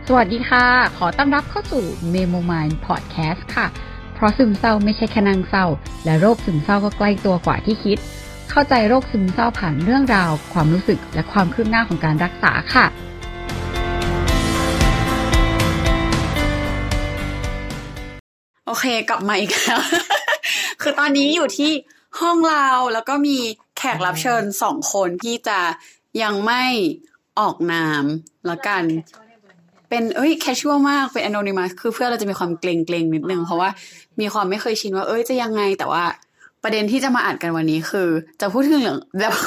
สวัสดีค่ะขอต้อนรับเข้าสู่ Memo Mind Podcast ค่ะเพราะซึมเศร้าไม่ใช่แค่นางเศร้าและโรคซึมเศร้าก็ใกล้ตัวกว่าที่คิดเข้าใจโรคซึมเศร้าผ่านเรื่องราวความรู้สึกและความคืบหน้าของการรักษาค่ะโอเคกลับมาอีกแล้ว คือตอนนี้อยู่ที่ห้องเราแล้วก็มีแขกรับเชิญ2คนที่จะยังไม่ออกนามแล้วกันเป็นแคชชวลมากเป็น anonymous คือเพื่อนเราจะมีความเกรงๆนิดนึงเพราะว่ามีความไม่เคยชินว่าจะยังไงแต่ว่าประเด็นที่จะมาอัดกันวันนี้คือจะพูดถึงเรื่อง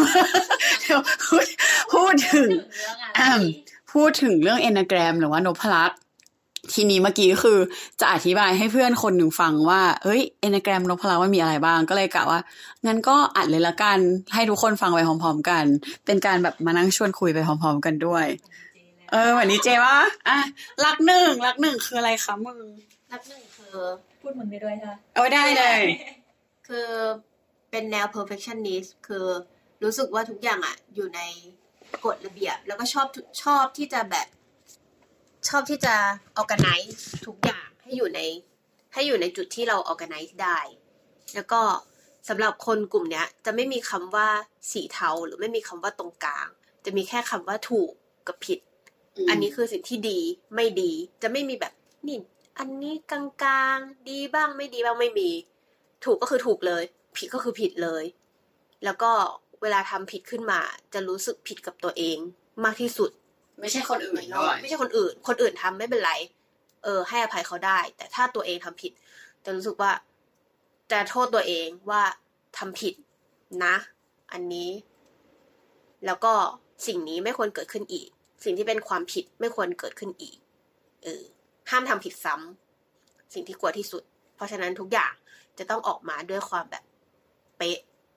พูดถึงเรื่อง Enneagram หรือว่านพลักษ์ทีนี้เมื่อกี้คือจะอธิบายให้เพื่อนคนหนึ่งฟังว่าEnneagram นพลักษ์มันมีอะไรบ้างก็เลยกะว่างั้นก็อัดเลยละกันให้ทุกคนฟังไปพร้อมๆกันเป็นการแบบมานั่งชวนคุยไปพร้อมๆกันด้วยวันนี้เจว่ารักหนึ่งคืออะไรคะมึงรักหนึ่งคือพูดมึงได้ด้วยใช่ไหมได้เลยคือเป็นแนว perfectionist คือรู้สึกว่าทุกอย่างอยู่ในกฎระเบียบแล้วก็ชอบที่จะ organize ทุกอย่างให้อยู่ในจุดที่เรา organize ได้แล้วก็สำหรับคนกลุ่มเนี้ยจะไม่มีคำว่าสีเทาหรือไม่มีคำว่าตรงกลางจะมีแค่คำว่าถูกกับผิดอันนี้คือสิ่งที่ดีไม่ดีจะไม่มีแบบนี่อันนี้กลางๆดีบ้างไม่ดีบ้างไม่มีถูกก็คือถูกเลยผิดก็คือผิดเลยแล้วก็เวลาทำผิดขึ้นมาจะรู้สึกผิดกับตัวเองมากที่สุดไม่ใช่คนอื่นด้วยไม่ใช่คนอื่นทำไม่เป็นไรให้อภัยเขาได้แต่ถ้าตัวเองทำผิดจะรู้สึกว่าจะโทษตัวเองว่าทำผิดนะอันนี้แล้วก็สิ่งนี้ไม่ควรเกิดขึ้นอีกสิ่งที่เป็นความผิดไม่ควรเกิดขึ้นอีกห้ามทำผิดซ้ำสิ่งที่กลัวที่สุดเพราะฉะนั้นทุกอย่างจะต้องออกมาด้วยความแบบเป๊ะ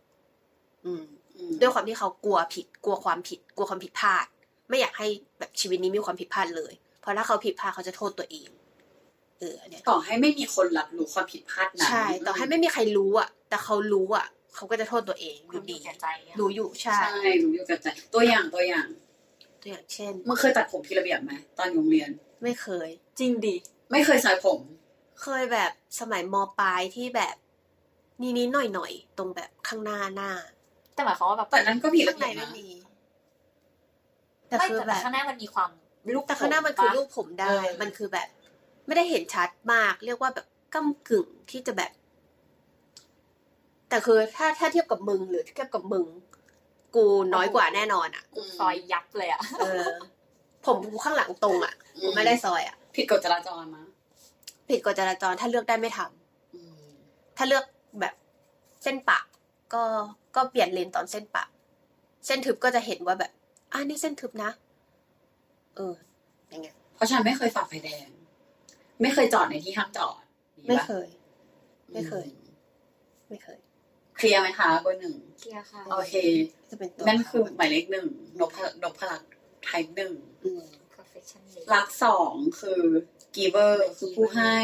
ด้วยความที่เขากลัวผิดกลัวความผิดพลาดไม่อยากให้แบบชีวิตนี้มีความผิดพลาดเลยเพราะถ้าเขาผิดพลาดเขาจะโทษตัวเองเนี่ยต่อให้ไม่มีคนรับรู้ความผิดพลาดนั้นใช่ต่อให้ไม่มีใครรู้แต่เขารู้เขาก็จะโทษตัวเองอยู่ดีรู้อยู่ใช่รู้อยู่กับใจตัวอย่างเช่นมึงเคยตัดผมผิดระเบียบไหมตอนโรงเรียนไม่เคยจริงดิไม่เคยสระผมเคยแบบสมัยม.ปลายที่แบบนิดๆหน่อยๆตรงแบบข้างหน้าแต่หมายความว่าแบบแต่นั้นก็ผิดระเบียบนะแต่คือแบบข้างหน้ามันมีความรูปแต่ข้างหน้ามันคือรูปผมได้มันคือแบบไม่ได้เห็นชัดมากเรียกว่าแบบก้ำกึ่งที่จะแบบแต่คือถ้าเทียบกับมึงหรือเทียบกับมึงกูน้อยกว่าแน่นอนกูซอยยับเลยผมกูข้างหลังตรงกูไม่ได้ซอยผิดกฎจราจรมั้ยผิดกฎจราจรถ้าเลือกได้ไม่ทำถ้าเลือกแบบเส้นปะก็เปลี่ยนเลนตอนเส้นปะเส้นทึบก็จะเห็นว่าแบบนี่เส้นทึบนะอย่างเงี้ยเพราะฉันไม่เคยฝ่าไฟแดงไม่เคยจอดในที่ห้ามจอดไม่เคยเคลียร์ไหมคะเบอร์1 เคลียร์ค่ะโอเคนั่นคือหมายเลข1นพลักษ์ไทป์1รัก2คือ giver คือผู้ให้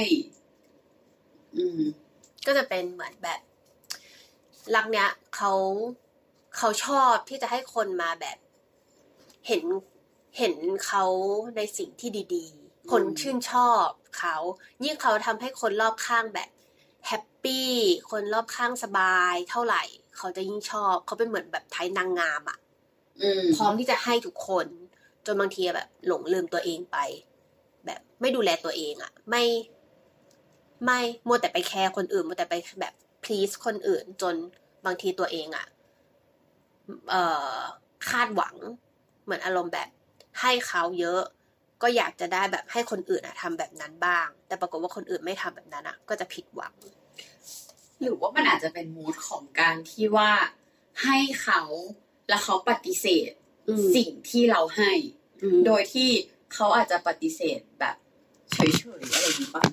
ก็จะเป็นเหมือนแบบรักเนี้ยเขาชอบที่จะให้คนมาแบบเห็นเขาในสิ่งที่ดีๆคนชื่นชอบเขายิ่งเขาทำให้คนรอบข้างแบบแฮปปี้คนรอบข้างสบายเท่าไหร่เขาจะยิ่งชอบเขาเป็นเหมือนแบบไทยนางงามพร้อมที่จะให้ทุกคนจนบางทีแบบหลงลืมตัวเองไปแบบไม่ดูแลตัวเองไม่มัวแต่ไปแคร์คนอื่นมัวแต่ไปแบบ please คนอื่นจนบางทีตัวเองคาดหวังเหมือนอารมณ์แบบให้เขาเยอะก็อยากจะได้แบบให้คนอื่นทำแบบนั้นบ้างแต่ปรากฏว่าคนอื่นไม่ทำแบบนั้นก็จะผิดหวังหรือว่ามันอาจจะเป็นมูดของการที่ว่าให้เขาแล้วเขาปฏิเสธสิ่งที่เราให้โดยที่เขาอาจจะปฏิเสธแบบเฉยๆอะไรอย่างนี้ป่ะ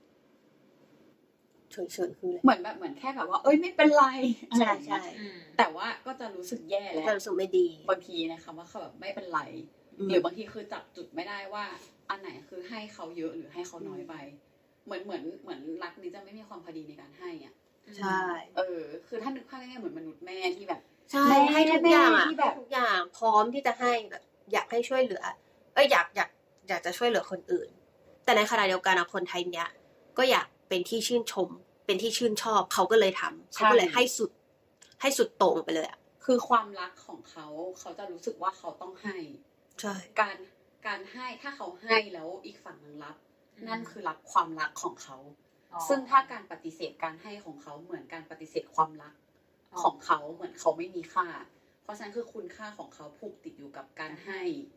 เฉยๆคือเหมือนแค่แบบว่าไม่เป็นไรใช่แต่ว่าก็จะรู้สึกแย่แล้วจะรู้สึกไม่ดีบางทีนะคะว่าเขาแบบไม่เป็นไรหรือบางทีคือจับจุดไม่ได้ว่าอันไหนคือให้เขาเยอะหรือให้เขาน้อยไปเหมือนรักนี้จะไม่มีความพอดีในการให้ใช่คือถ้านึกภาพง่ายๆเหมือนมนุษย์แม่ที่แบบใช่ให้ทุกอย่างที่แบบทุกอย่างพร้อมที่จะให้แบบอยากให้ช่วยเหลืออยากอยากจะช่วยเหลือคนอื่นแต่ในขณะเดียวกันคนไทยเนี้ยก็อยากเป็นที่ชื่นชมเป็นที่ชื่นชอบเขาก็เลยทำเขาก็เลยให้สุดโต่งไปเลยอ่ะคือความรักของเขาจะรู้สึกว่าเขาต้องให้ใช่การให้ถ้าเขาให้แล้วอีกฝั่งนึงรับนั่นคือรับความรักของเขาซึ่งถ้าการปฏิเสธการให้ของเขาเหมือนการปฏิเสธความรักของเขาเหมือนเขาไม่มีค่าเพราะฉะนั้นคือคุณค่าของเขาผูกติดอยู่กับการให้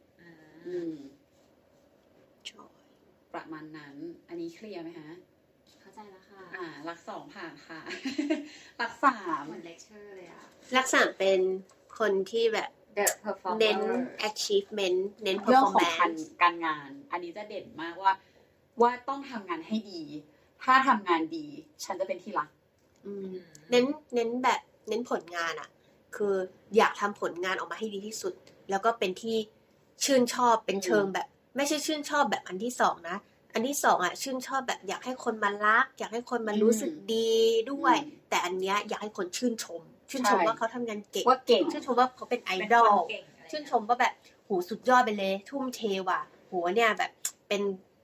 ประมาณนั้นอันนี้เคลียร์ไหมฮะเข้าใจแล้วค่ะรัก2ผ่านค่ะ รัก3 เหมือนเลคเชอร์เลยรัก3เป็นคนที่แบบเน้น achievement เน้น performance การงานอันนี้จะเด่นมากว่าต้องทำงานให้ดีถ้าทำงานดีฉันจะเป็นที่รักเน้นแบบเน้นผลงานอ่ะคืออยากทำผลงานออกมาให้ดีที่สุดแล้วก็เป็นที่ชื่นชอบเป็นเชิงแบบไม่ใช่ชื่นชอบแบบอันที่2นะอันที่2อ่ะชื่นชอบแบบอยากให้คนมารักอยากให้คนมารู้สึกดีด้วยแต่อันเนี้ยอยากให้คนชื่นชมว่าเขาทำงานเก่งชื่นชมว่าเขาเป็นไอดอลชื่นชมว่าแบบโหสุดยอดไปเลยทุ่มเทว่ะโหเนี่ยแบบเป็น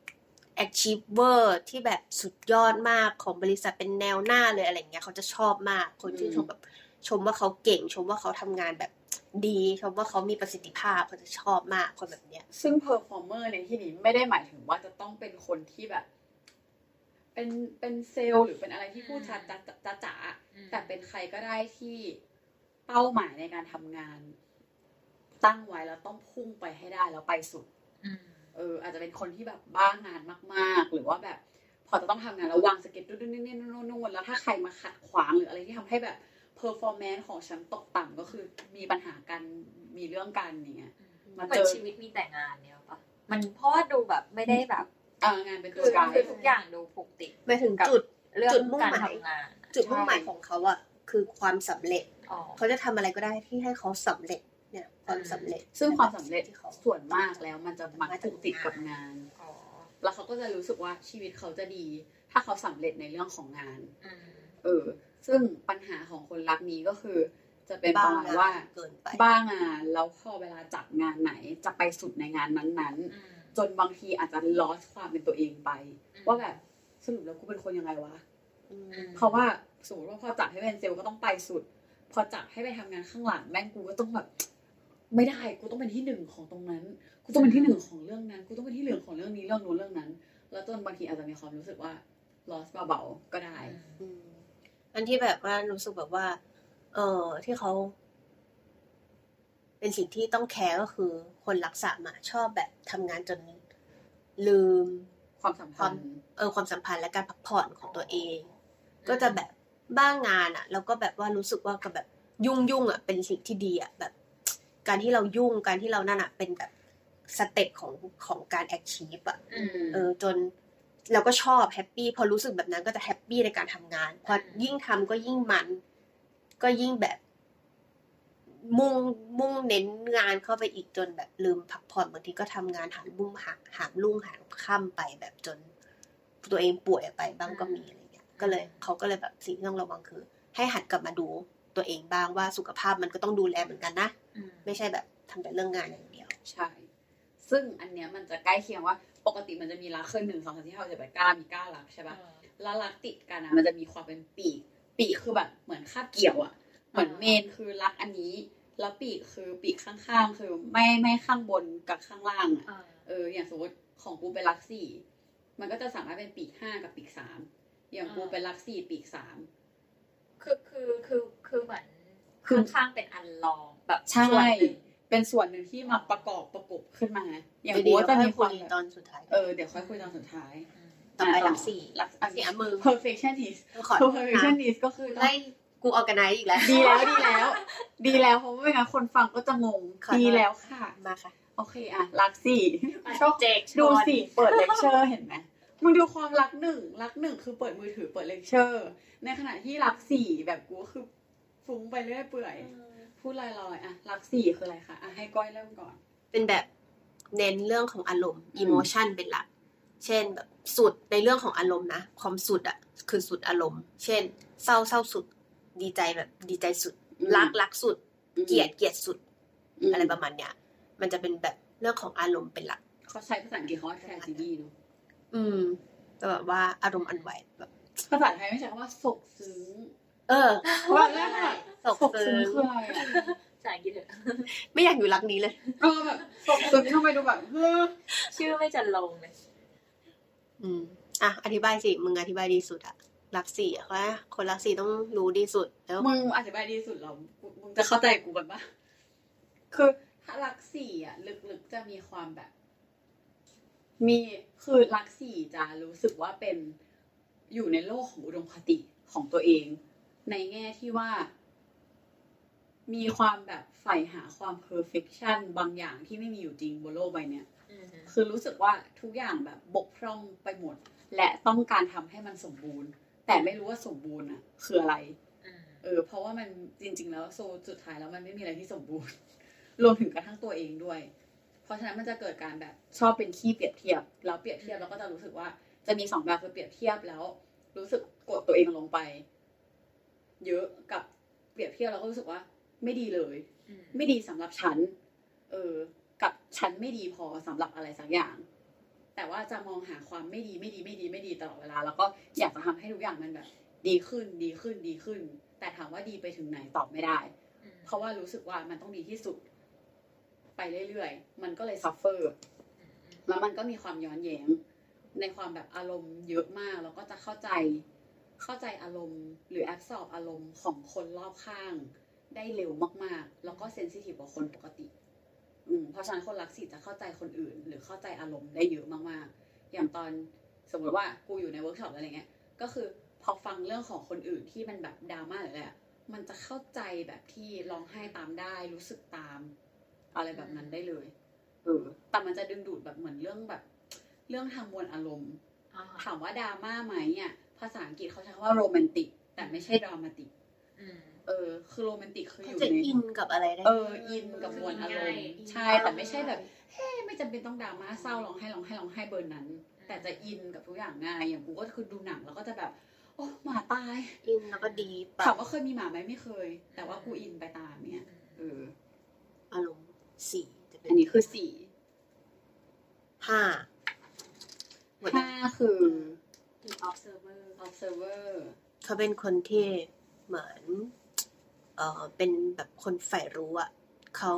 achiever ที่แบบสุดยอดมากของบริษัทเป็นแนวหน้าเลยอะไรเงี้ยเขาจะชอบมากคนชื่นชมแบบชมว่าเขาเก่งชมว่าเขาทำงานแบบดีชมว่าเขามีประสิทธิภาพเขาจะชอบมากคนแบบเนี้ยซึ่ง performer ในที่นี้ไม่ได้หมายถึงว่าจะต้องเป็นคนที่แบบเป็นเซลล์หรือเป็นอะไรที่พูดชัดจ๋าแต่เป็นใครก็ได้ที่เป้าหมายในการทำงานตั้งไว้แล้วต้องพุ่งไปให้ได้แล้วไปสุดอาจจะเป็นคนที่แบบบ้างานมากๆหรือว่าแบบพอจะต้องทำงานแล้ววางสเก็ตนู่นแล้วถ้าใครมาขัดขวางหรืออะไรที่ทำให้แบบperformance ของฉันตกต่ำก็คือมีปัญหากันมีเรื่องกันอย่างเงี้ยมันเจอชีวิตมีแต่งานเนี่ยป่ะมันเพราะว่าดูแบบไม่ได้แบบงานเป็นตัวกลางคือทุกอย่างดูผูกติดไปถึงจุดมุ่งหมายจุดมุ่งหมายของเขาอ่ะคือความสำเร็จเขาจะทำอะไรก็ได้ที่ให้เขาสำเร็จเนี่ยความสำเร็จซึ่งความสำเร็จส่วนมากแล้วมันจะมักผูกติดกับงานแล้วเขาก็จะรู้สึกว่าชีวิตเขาจะดีถ้าเขาสำเร็จในเรื่องของงานซึ่งปัญหาของคนรักนี้ก็คือจะเป็นประมาณว่าบ้างานแล้วพอเวลาจับงานไหนจะไปสุดในงานนั้นๆจนบางทีอาจจะ lost ความเป็นตัวเองไปว่าแบบสรุปแล้วกูเป็นคนยังไงวะเพราะว่าสมมติว่าพอจับให้เป็นเซลล์ก็ต้องไปสุดพอจับให้ไปทำงานข้างหลังแม่งกูก็ต้องแบบไม่ได้กูต้องเป็นที่1ของตรงนั้นกูต้องเป็นที่1ของเรื่องนั้นกูต้องเป็นที่1ของเรื่องนี้เรื่องนู้นเรื่องนั้นแล้วจนบางทีอาจจะมีความรู้สึกว่า lost เบาๆก็ได้อันที่แบบว่ารู้สึกแบบว่าที่เขาเป็นสิ่งที่ต้องแคร์ก็คือคนรักษาชอบแบบทำงานจนลืมความสัมพันธ์ความสัมพันธ์และการพักผ่อนของตัวเองก็จะแบบบ้างานอ่ะแล้วก็แบบว่ารู้สึกว่ากับแบบยุ่งอ่ะเป็นสิ่งที่ดีอ่ะแบบการที่เรายุ่งการที่เรานั่นอ่ะเป็นแบบสเต็ปของการแอคชีฟอ่ะจนเราก็ชอบแฮปปี้พอรู้สึกแบบนั้นก็จะแฮปปี้ในการทำงานพอยิ่งทำก็ยิ่งมันก็ยิ่งแบบมุ่งเน้นงานเข้าไปอีกจนแบบลืมพักผ่อนบางทีก็ทำงานหามรุ่งหางค่ำไปแบบจนตัวเองป่วยไปบ้างก็มีอะไรเงี้ยก็เลยเขาก็เลยแบบสิ่งที่ต้องระวังคือให้หัดกลับมาดูตัวเองบ้างว่าสุขภาพมันก็ต้องดูแลเหมือนกันนะไม่ใช่แบบทำแต่เรื่องงานอย่างเดียวใช่ซึ่งอันเนี้ยมันจะใกล้เคียงว่าปกติมันจะมีรัก1 2 3 4 5 6 7 8 9มี9รักใช่ป่ะแล้วรักติดกันนะมันจะมีความเป็นปีกคือแบบเหมือนคาบเกี่ยวอ่ะเหมือนเมนคือรักอันนี้แล้วปีกคือปีกข้างๆคือไม่ข้างบนกับข้างล่างอ่ะอย่างสมมติของกูเป็นรัก4มันก็จะสามารถเป็นปีก5กับปีก3อย่างกูเป็นรัก4ปีก3 คือเหมือนข้างๆเป็นอันรองแบบใช่เป็นส่วนหนึ่งที่มาประกบขึ้นมาอย่างกูจะมีความตอนสุดท้ายเดี๋ยวค่อยคุยตอนสุดท้ายต่อไปรัก4มือ perfectionist ก็คือไล่กูออร์แกไนซ์อีกแล้วดีแล้วเพราะว่าไม่งั้นคนฟังก็จะงงดีแล้วค่ะมาค่ะโอเครัก4ชอบดูสิเปิดเลคเชอร์เห็นไหมมึงดูความรัก1คือเปิดมือถือเปิดเลคเชอร์ในขณะที่รัก4แบบกูคือฟุ้งไปเรื่อยเปื่อยพูดลอยๆรัก4คืออะไรคะให้ก้อยเริ่มก่อนเป็นแบบเน้นเรื่องของอารมณ์อิโมชันเป็นหลักเช่นแบบสุดในเรื่องของอารมณ์นะความสุดอ่ะคือสุดอารมณ์เช่นเศร้าสุดดีใจแบบดีใจสุดรักสุดเกลียดสุดอะไรประมาณเนี้ยมันจะเป็นแบบเรื่องของอารมณ์เป็นหลักเขาใช้ภาษาอังกฤษเขาว่า tragedy เนอะแต่แบบว่าอารมณ์อันไหวแบบภาษาไทยไม่ใช่คำว่าสกซึ้งว่าแรกอะสกซึ้งคืออะไรอะภาษาอังกฤษเถอะไม่อยากอยู่รักนี้เลยแบบสกซึ้งทำไมดูแบบชื่อไม่จันลงเลยอธิบายสิมึงอธิบายดีสุดอะรักสี่อะคนรักสี่ต้องรู้ดีสุดแล้วมึงอธิบายดีสุดแล้วมึงจะเข้าใจกูกันปะคือถ้ารักสี่อะลึกๆจะมีความแบบคือรักสี่จะรู้สึกว่าเป็นอยู่ในโลกของอุดมคติของตัวเองในแง่ที่ว่ามีความแบบใฝ่หาความ perfection บางอย่างที่ไม่มีอยู่จริงบนโลกใบเนี้ยคือรู้สึกว่าทุกอย่างแบบบกพร่องไปหมดและต้องการทำให้มันสมบูรณ์แต่ไม่รู้ว่าสมบูรณ์อ่ะคืออะไรเพราะว่ามันจริงๆแล้วสุดท้ายแล้วมันไม่มีอะไรที่สมบูรณ์ รวมถึงกระทั่งตัวเองด้วยเพราะฉะนั้นมันจะเกิดการแบบชอบเป็นขี้เปรียบเทียบแล้วเปรียบเทียบแล้วก็จะรู้สึกว่าจะมี2แบบคือเปรียบเทียบแล้วรู้สึกกดตัวเองลงไปเยอะกับเปรียบเทียบแล้วก็รู้สึกว่าไม่ดีเลยไม่ดีสำหรับฉันกับฉันไม่ดีพอสำหรับอะไรสักอย่างแต่ว่าจะมองหาความไม่ดีตลอดเวลาแล้วก็อยากจะทำให้ทุกอย่างมันแบบดีขึ้นแต่ถามว่าดีไปถึงไหนตอบไม่ได้เพราะว่ารู้สึกว่ามันต้องดีที่สุดไปเรื่อยๆมันก็เลยซัฟเฟอร์แล้วมันก็มีความย้อนแย้งในความแบบอารมณ์เยอะมากแล้วก็จะเข้าใจอารมณ์หรือแอบซอร์บอารมณ์ของคนรอบข้างได้เร็วมากๆแล้วก็เซนซิทีฟกว่าคนปกติเพราะฉะนั้นคนรักสี่จะเข้าใจคนอื่นหรือเข้าใจอารมณ์ได้เยอะมากๆอย่างตอนสมมติว่ากูอยู่ในเวิร์กช็อปอะไรเงี้ยก็คือพอฟังเรื่องของคนอื่นที่มันแบบดราม่าหรืออะไรมันจะเข้าใจแบบที่ร้องไห้ตามได้รู้สึกตามอะไรแบบนั้นได้เลยแต่มันจะดึงดูดแบบเหมือนเรื่องแบบเรื่องทางมวลอารมณ์ถามว่าดราม่าไหมเนี่ยภาษาอังกฤษเขาใช้คำว่าโรแมนติกแต่ไม่ใช่ดรามาติกคือโรแมนติกคืออยู่ในอินกับอะไรได้อินกับมวลอารมณ์ใช่แต่ไม่ใช่แบบไม่จำเป็นต้องดราม่าเศร้าร้องไห้เบอร์นั้นแต่จะอินกับทุกอย่างง่ายอย่างกูก็คือดูหนังแล้วก็จะแบบโอ้หมาตายอินแล้วก็ดีถามว่าเคยมีหมาไหมไม่เคยแต่ว่ากูอินไปตามเนี่ยอารมณ์สี่อันนี้คือ 5 คือ observer เขาเป็นคนที่เหมือนเป็นแบบคนใฝ่รู้อ่ะเขา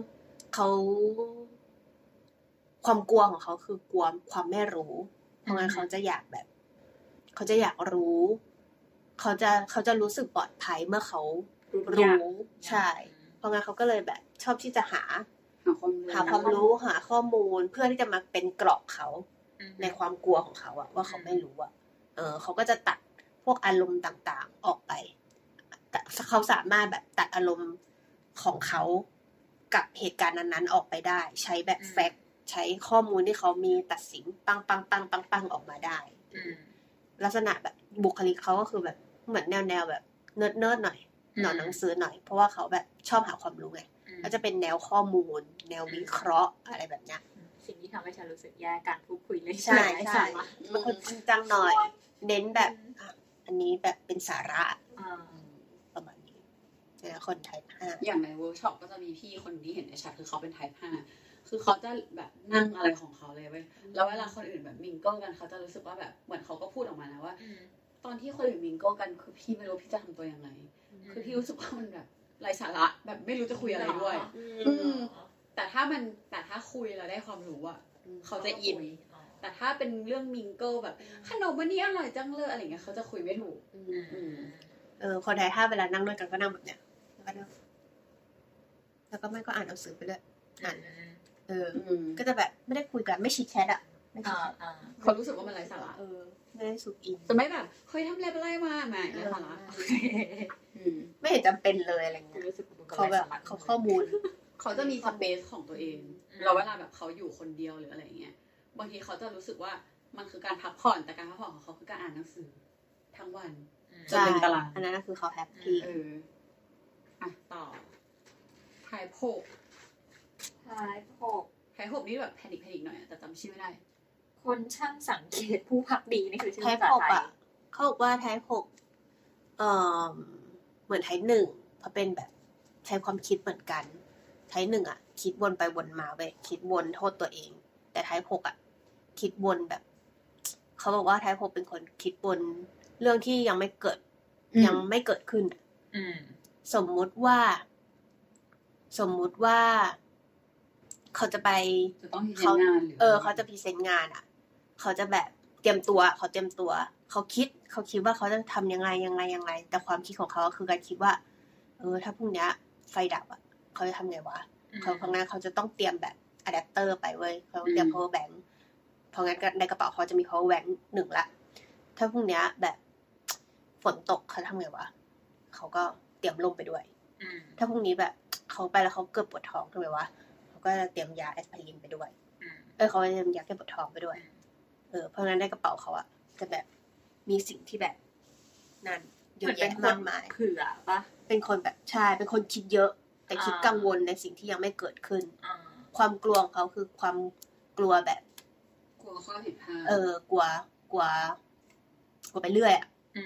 ความกลัวของเขาคือกลัวความไม่รู้เพราะงั้นเขาจะอยากรู้เขาจะรู้สึกปลอดภัยเมื่อเขารู้ใช่เพราะงั้นเขาก็เลยแบบชอบที่จะหาความรู้หาข้อมูลเพื่อที่จะมาเป็นเกราะเขาในความกลัวของเขาอะว่าเขาไม่รู้อะเขาก็จะตัดพวกอารมณ์ต่างๆออกไปแต่เขาสามารถแบบตัดอารมณ์ของเขากับเหตุการณ์นั้นๆออกไปได้ใช้แบบแฟกต์ใช้ข้อมูลที่เขามีตัดสินปังออกมาได้ลักษณะแบบบุคลิกเขาก็คือแบบเหมือนแนวแบบเนิร์ดหน่อยหนอนหนังสือหน่อยเพราะว่าเขาแบบชอบหาความรู้ไงก็จะเป็นแนวข้อมูลแนววิเคราะห์อะไรแบบนี้สิ่งที่ทำให้ฉันรู้สึกแย่การพูดคุยเลยใช่บางคนจริงจังหน่อยเน้นแบบอันนี้แบบเป็นสาระประมาณนี้คนไทป์5 อย่างในเวิร์กช็อปก็จะมีพี่คนที่เห็นในแชทคือเขาเป็นไทป์5คือเขาจะแบบนั่งอะไรของเขาเลยเว้ยแล้วเวลาคนอื่นแบบมิงเกิลกันเขาจะรู้สึกว่าแบบเหมือนเขาก็พูดออกมานะว่าตอนที่คนอื่นมิงเกิลกันคือพี่ไม่รู้พี่จะทำตัวยังไงคือพี่รู้สึกว่ามันแบบไร้สาระแบบไม่รู้จะคุยอะไรด้วยแต่ถ้าคุยแล้วได้ความรู้อ่ะเขาจะอินแต่ถ้าเป็นเรื่องมิงเกิลแบบขนมวันนี้อร่อยจังเลยอะไรเงี้ยเขาจะคุยไม่ถูกคนไทยถ้าเวลานั่งด้วยกันก็นั่งแบบเนี้ยแล้วก็ไม่ก็อ่านหนังสือไปด้วยอ่านก็จะแบบไม่ได้คุยกันไม่ชิดแชทอ่ะเขารู้สึกว่ามันไร้สาระไม่ได้สุกอินจะไม่แบบเคยทำอะไรมาไร้สาระไม่เห็นจำเป็นเลยอะไรเงี้ยเขาแบบเขาข้อมูลเขาจะมีสเปซของตัวเองเราเวลาแบบเขาอยู่คนเดียวหรืออะไรเงี้ยบางทีเขาจะรู้สึกว่ามันคือการพักผ่อนแต่การพักผ่อนของเขาคือการอ่านหนังสือทั้งวันจนเป็นตารางอันนั้นคือเขาแฮปปี้ต่อไทป์6นี่แบบแพนิคหน่อยแต่จำชื่อไม่ได้คนช่างสังเกตผู้พักดีนี่คือชื่อภาษาไทยเขาบอกว่าไทป์6เหมือนไทป์1เพราะเป็นแบบใช้ความคิดเหมือนกันไทป์1อ่ะคิดวนไปวนมาเว้ยคิดวนโทษตัวเองแต่ไทป์6อ่ะคิดบนแบบเขาบอกว่าไทป์6เป็นคนคิดบนเรื่องที่ยังไม่เกิดขึ้นสมมุติว่าเขาจะไปเขาจะพรีเซนต์งานอ่ะเขาจะแบบเตรียมตัวเขาคิดว่าเขาจะทำยังไงแต่ความคิดของเขาคือการคิดว่าถ้าพรุ่งนี้ไฟดับอ่ะเขาจะทำไงวะเขาเพราะงั้นเขาจะต้องเตรียมแบบอะแดปเตอร์ไปเว้ยเขาเตรียม power bank เพราะงั้นในกระเป๋าเขาจะมี power bank 1ละถ้าพรุ่งนี้แบบฝนตกเขาทำไงวะเขาก็เตรียมร่มไปด้วยถ้าพรุ่งนี้แบบเขาไปแล้วเขาเกิดปวดท้องทำไงวะเขาก็เตรียมยาแอสไพรินไปด้วยเขาจะเตรียมยาแก้ปวดท้องไปด้วยเพราะงั้นในกระเป๋าเขาอะจะแบบมีสิ่งที่แบบนั่นเยอะแยะมากมายเผื่อปะเป็นคนแบบใช่เป็นคนคิดเยอะแต่คิดกังวลในสิ่งที่ยังไม่เกิดขึ้นความกลัวของเขาคือความกลัวแบบกลัวข้อผิดพลาดกลัวไปเรื่อยอ่ะ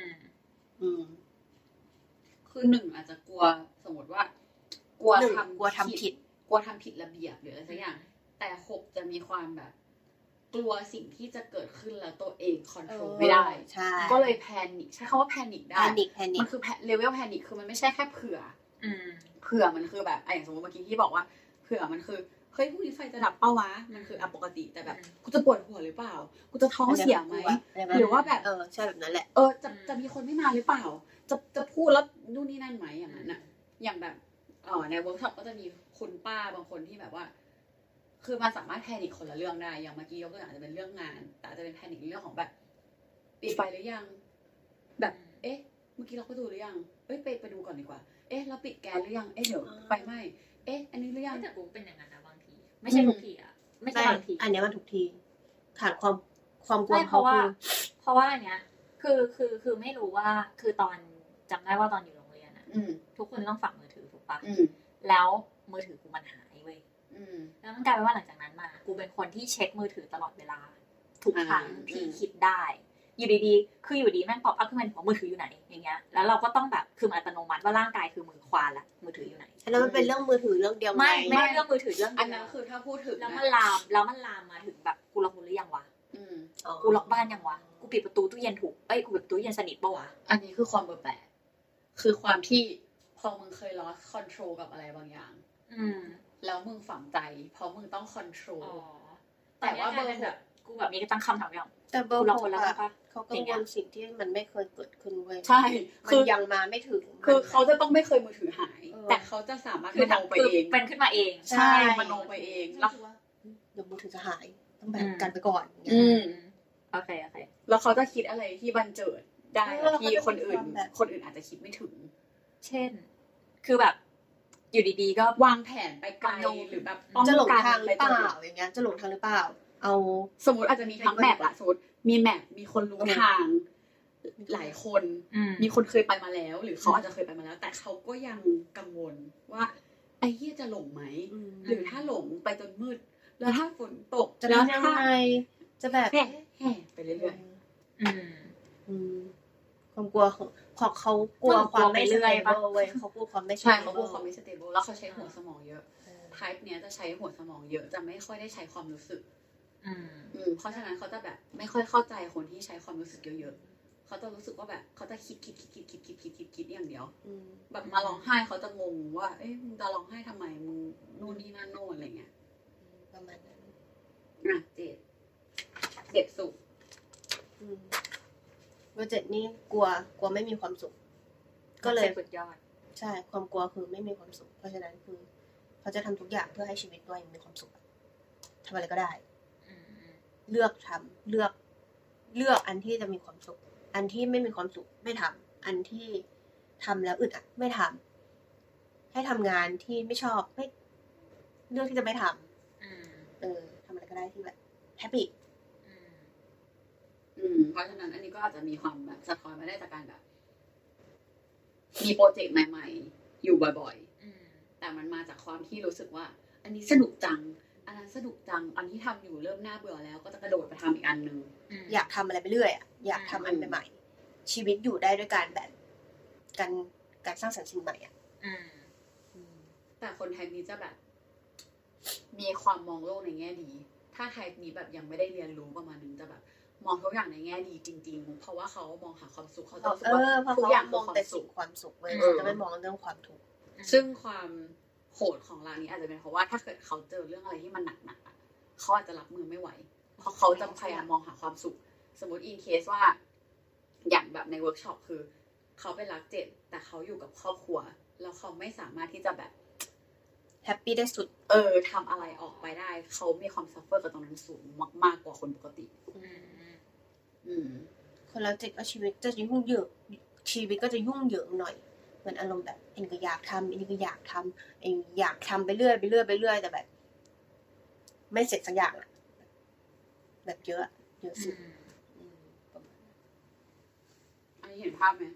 คือ1อาจจะกลัวสมมติว่ากลัวทำผิดระเบียบหรืออะไรสักอย่างแต่6จะมีความแบบกลัวสิ่งที่จะเกิดขึ้นแล้วตัวเองคอนโทรลไม่ได้ก็เลยแพนิคใช้คำว่าแพนิคได้มันคือเลเวลแพนิคคือมันไม่ใช่แค่เผื่อมันคือแบบอย่างสมมติเมื่อกี้ที่บอกว่าเผื่อมันคือเฮ้ยพรุ่งนี้ไฟจะดับเป้าวะมันคือปกติแต่แบบกูจะปวดหัวหรือเปล่ากูจะท้องเสียไหมหรือว่าแบบใช่แบบนั้นแหละจะมีคนไม่มาหรือเปล่าจะพูดแล้วนู่นนี่นั่นไหมอย่างนั้นน่ะอย่างแบบในเวิร์กช็อปก็จะมีคุณป้าบางคนที่แบบว่าคือมันสามารถแพนิคคนละเรื่องได้อย่างเมื่อกี้ยกตัวอย่างจะเป็นเรื่องงานแต่อาจจะเป็นแพนิคในเรื่องของแบบปิดไฟหรือยังแบบเมื่อกี้เราก็ดูหรือยังไปดูก่อนดีกว่าเราปิดแก๊สหรือยังเดี๋ยวไฟไหม้อันนี้หรือยังแต่กูเป็นอย่างนั้นนะบางทีไม่ใช่ทุกทีอ่ะไม่ใช่บางทีอันนี้มันทุกทีขาดความกลัวเพราะว่าอันเนี้ยคือไม่รู้ว่าคือตอนจำได้ว่าตอนอยู่โรงเรียนอ่ะทุกคนต้องฝังมือถือถูกปะแล้วมือถือกูมันหายเว้ยแล้วมันกลายเป็นว่าหลังจากนั้นมากูเป็นคนที่เช็คมือถือตลอดเวลาทุกครั้งที่คิดได้อยู่ดีๆคืออยู่ดีแม่งป๊อปอัพขึ้นมาบอกมือถืออยู่ไหนอย่างเงี้ยแล้วเราก็ต้องแบบคืออัตโนมัติว่าร่างกายคือมือควานละมือถืออยู่ไหนแล้วมันเป็นเรื่องมือถือเรื่องเดียวไม่เรื่องมือถือเรื่องอันนั้นคือถ้าพูดถึงแล้วมันลามมาถึงแบบกูล็อกหรือยังวะกูล็อกบ้านยังวะกูปิดประตูตู้เย็นถูกกูปิดประตูตู้เย็นสนิทป่ะวะอันนี้คือความเบอร์แปดคือความที่พอมึงเคย lost control กับอะไรบางอย่างแล้วมึงฝังใจเพราะมึงต้องคอนโทรลแต่ว่าเบอร์แบบกูแบบนี้ตั้งคำถามอย่างแต่เบอร์6อะเขากังวลสิ่งที่มันไม่เคยเกิดขึ้นเว้ยใช่คือยังมาไม่ถึงคือเขาจะต้องไม่เคยมือถือหายแต่เขาจะสามารถมโนไปเองเป็นขึ้นมาเองใช่มโนไปเองแล้วเดี๋ยวมือถือจะหายต้องแบบกันไปก่อนโอเคแล้วเขาจะคิดอะไรที่บันเจิดได้ที่คนอื่นอาจจะคิดไม่ถึงเช่นคือแบบอยู่ดีๆก็วางแผนไปไกลหรือแบบจะหลงทางหรือเปล่าอย่างเงี้ยจะหลงทางหรือเปล่าเอาสมมติอาจจะมีทั้งแมปละสมมติมีแมปมีคนรู้ทางหลายคนมีคนเคยไปมาแล้วหรือเขาอาจจะเคยไปมาแล้วแต่เขาก็ยังกังวลว่าไอ้เหี้ยจะหลงไหมหรือถ้าหลงไปจนมืดแล้วถ้าฝนตกจะยังไงจะแบบแห่ไปเรื่อยๆความกลัวของเขากลัวความไม่ stable เว้ยเขากลัวความไม่ stable เขากลัวความไม่ stable แล้วเขาใช้หัวสมองเยอะtype เนี้ยจะใช้หัวสมองเยอะจะไม่ค่อยได้ใช้ความรู้สึกเพราะฉะนั้นเขาจะแบบไม่ค่อยเข้าใจคนที่ใช้ความรู้สึกเยอะๆเขาจะรู้สึกว่าแบบเขาจะคิดอย่างเดียวแบบมาร้องไห้เขาจะงงว่ามึงจะร้องไห้ทำไมมึงนู่นนี่นั่นโน่นอะไรเงี้ยประมาณนั้น 7สุขเบอร์ 7นี่กลัวไม่มีความสุขก็เลยสุดยอดใช่ความกลัวคือไม่มีความสุขเพราะฉะนั้นคือเขาจะทำทุกอย่างเพื่อให้ชีวิตตัวเองมีความสุขทำอะไรก็ได้เลือกทำเลือกอันที่จะมีความสุขอันที่ไม่มีความสุขไม่ทำอันที่ทำแล้วอึดอัดไม่ทำให้ทำงานที่ไม่ชอบไม่เลือกที่จะไม่ทำทำอะไรก็ได้ที่แบบแฮปปี้เพราะฉะนั้นอันนี้ก็อาจจะมีความแบบสะท้อนมาได้จากการแบบมีโปรเจกต์ใหม่ๆอยู่บ่อยๆแต่มันมาจากความที่รู้สึกว่าอันนี้สนุกจังอันนั้นสนุกจังอันที่ทำอยู่เริ่มน่าเบื่อแล้วก็จะกระโดดไปทำอีกอันนึงอยากทำอะไรไปเรื่อยอยากทำอันใหม่ๆชีวิตอยู่ได้ด้วยการแบบการสร้างสรรค์สิ่งใหม่แต่คนไทยนี้จะแบบมีความมองโลกในแง่ดีถ้าไทป์นี้แบบยังไม่ได้เรียนรู้ประมาณนึงจะแบบมองทุกอย่างในแง่ดีจริงๆเพราะว่าเขามองหาความสุขเขาจะรู้สึกว่าทุกอย่างมองแต่สิ่งความสุขเว้ยจะไม่มองเรื่องความทุกข์ซึ่งความโหดของร้านนี้อาจจะเป็นเพราะว่าถ้าเกิดเขาเจอเรื่องอะไรที่มันหนักๆเขาอาจจะรับมือไม่ไหวเพราะเขาจะพยายามมองหาความสุขสมมติอินเคสว่าอย่างแบบในเวิร์กช็อปคือเขาเป็นรัก7แต่เขาอยู่กับครอบครัวแล้วเขาไม่สามารถที่จะแบบแฮปปี้ได้สุดทำอะไรออกไปได้เขามีความซัฟเฟอร์กับตรงนั้นสูงมากกว่าคนปกติคนรัก7ก็ชีวิตจะยุ่งเหยิงชีวิตก็จะยุ่งเหยิงหน่อยเหมือนอารมณ์แบบเอ็นก็อยากทำเอ็นก็อยากทำเอ็นอยากทำไปเรื่อยแต่แบบไม่เสร็จสักอย่างอะแบบเยอะสุดอันนี้เห็นภาพไหม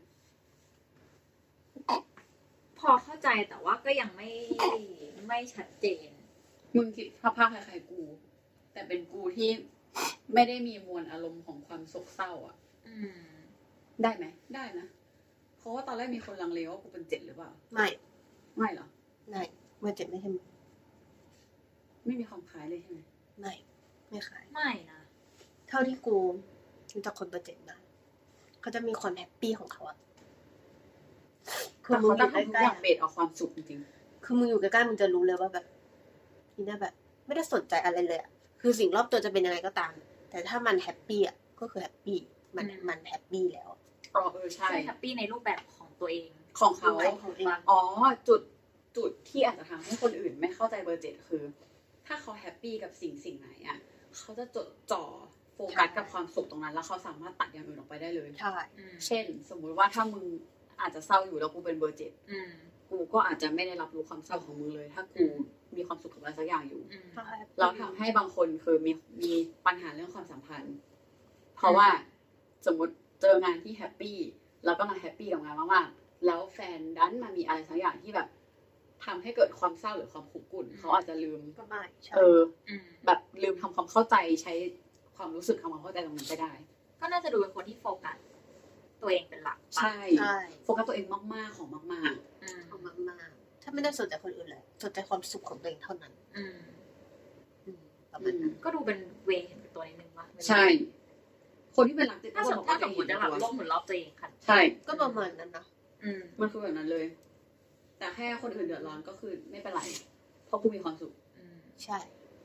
พอเข้าใจแต่ว่าก็ยังไม่ชัดเจนมึงคิดภาพคล้ายๆกูแต่เป็นกูที่ไม่ได้มีมวลอารมณ์ของความโศกเศร้าอ่ะได้ไหมได้นะเพราะว่าตอนแรกมีคนลังเลว่ากูเป็น7หรือเปล่าไม่เหรอไม่เบอร์7ไม่ใช่ไม่มีความคล้ายเลยใช่ไหมไม่คล้ายไม่นะเท่าที่กูรู้จักคนเบอร์7นะเขาจะมีความแฮปปี้ของเขาอะคือมึงอยู่ใกล้ๆเบสเอาความสุขจริงๆคือมึงอยู่ใกล้ๆมึงจะรู้เลยว่าแบบนี่นะแบบไม่ได้สนใจอะไรเลยอะคือสิ่งรอบตัวจะเป็นยังไงก็ตามแต่ถ้ามันแฮปปี้อะก็คือแฮปปี้มันแฮปปี้แล้วใช่แฮปปี้ในรูปแบบของตัวเองของเขาจุดที่อาจจะทำให้คนอื่นไม่เข้าใจเบอร์7คือถ้าเขาแฮปปี้กับสิ่งไหนอ่ะเขาจะจดจ่อโฟกัสกับความสุขตรงนั้นแล้วเขาสามารถตัดอย่างอื่นออกไปได้เลยใช่เช่นสมมุติว่าถ้ามึงอาจจะเศร้าอยู่แล้วกูเป็นเบอร์7กูก็อาจจะไม่ได้รับรู้ความเศร้าของมึงเลยถ้ากูมีความสุขกับอะไรสักอย่างอยู่เราทำให้บางคนคือมีปัญหาเรื่องความสัมพันธ์เพราะว่าสมมติเจองานที่แฮปปี้แล้วก็มาแฮปปี้กับงานมากๆแล้วแฟนดันมามีอะไรสักอย่างที่แบบทำให้เกิดความเศร้าหรือความขุ่นกุ่นเขาอาจจะลืมก็ไม่แบบลืมทำความเข้าใจใช้ความรู้สึกทำความเข้าใจตรงนั้นไปได้ก็น่าจะดูเป็นคนที่โฟกัสตัวเองเป็นหลักใช่โฟกัสตัวเองมากๆของมากๆถ้าไม่ได้สนใจคนอื่นเลยสนใจความสุขของตัวเองเท่านั้นประมาณนั้นก็ดูเป็นเวเห็นเป็นตัวนิดนึงว่าใช่คนที่เป็นหลักถ้าสมมติจะแบบโลกหมุนรอบตัวเองค่ะใช่ก็ประมาณนั้นนะมันคือแบบนั้นเลยแต่แค่คนอื่นเดือดร้อนก็คือไม่เป็นไรเพราะกูมีความสุขใช่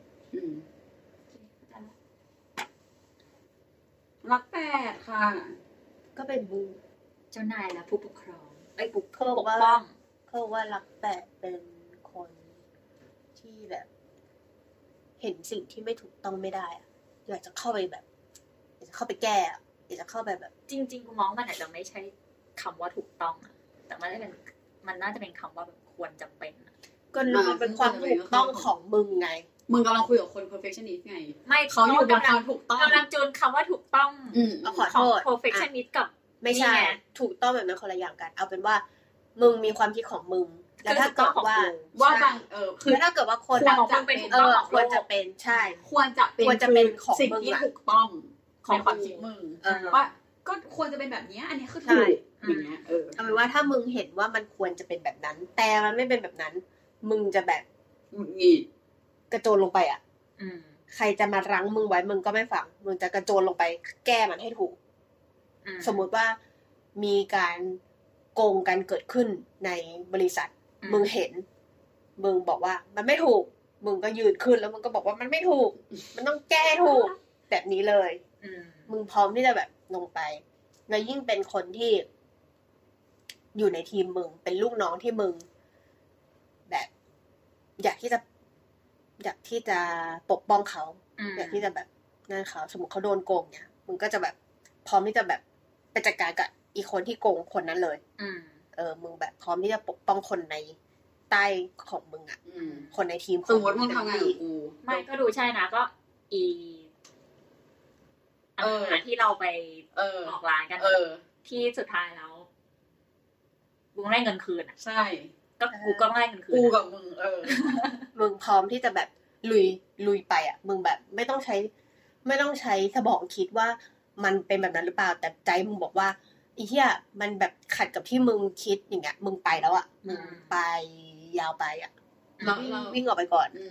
รัก8ค่ะก็เป็นบูเจ้านายและผู้ปกครองปกป้องเขาว่ารัก8เป็นคนที่แบบเห็นสิ่งที่ไม่ถูกต้องไม่ได้อะอยากจะเข้าไปแบบอยากจะเข้าไปแก้อยากจะเข้าไปแบบจริงๆกูมองมันอาจจะไม่ใช่คำว่าถูกต้องอะแต่มันน่าจะเป็นคำว่าแบบควรจะเป็นก็มันเป็นความถูกต้องของมึงไงมึงกำลังคุยกับคน perfectionist ไงไม่เขาอยู่บนความถูกต้องกำลังจูนคำว่าถูกต้องของ perfectionist กับไม่ใช่ถูกต้องแบบนั้นคนละอย่างกันเอาเป็นว่ามึงมีความคิดของมึงแล้วถ้าเกิดว่าบางคือถ้าเกิดว่าคนของมึงเป็นควรจะเป็นใช่ควรจะเป็นของสิ่งที่ถูกต้องของความคิดมึงว่าก็ควรจะเป็นแบบนี้อันนี้คือถูกอย่างเงี้ยเอาเป็นว่าถ้ามึงเห็นว่ามันควรจะเป็นแบบนั้นแต่มันไม่เป็นแบบนั้นมึงจะแบบหงุดหงิดกระโจนลงไปอ่ะใครจะมารั้งมึงไว้มึงก็ไม่ฟังมึงจะกระโจนลงไปแก้มันให้ถูกสมมุติว่ามีการโกงกันเกิดขึ้นในบริษัทมึงเห็นมึงบอกว่ามันไม่ถูกมึงก็ยืนขึ้นแล้วมึงก็บอกว่ามันไม่ถูกมันต้องแก้ถูกแบบนี้เลยมึงพร้อมที่จะแบบลงไปแล้วยิ่งเป็นคนที่อยู่ในทีมมึงเป็นลูกน้องที่มึงแบบอยากที่จะปกป้องเขาอยากที่จะแบบนั่นเขาสมมติเขาโดนโกงเนี่ยมึงก็จะแบบพร้อมที่จะแบบไปจัดการกับอีกคนที่โกงคนนั้นเลยมึงแบบพร้อมที่จะปกป้องคนในใต้ของมึงอ่ะคนในทีมสมมติมึงทำงานกับกูไม่ก็ดูใช่นะก็ที่เราไปออกร้านกันที่สุดท้ายแล้วมึงได้เงินคืนอ่ะใช่ก็กูก็ได้เงินคืนกูกับมึงมึงพร้อมที่จะแบบลุยไปอ่ะมึงแบบไม่ต้องใช้สมองคิดว่ามันเป็นแบบนั้นหรือเปล่าแต่ใจมึงบอกว่าไอ้เหี้ยมันแบบขัดกับที่มึงคิดอย่างเงี้ยมึงไปแล้วอ่ะมึงไปยาวไปอ่ะวิ่งออกไปก่อน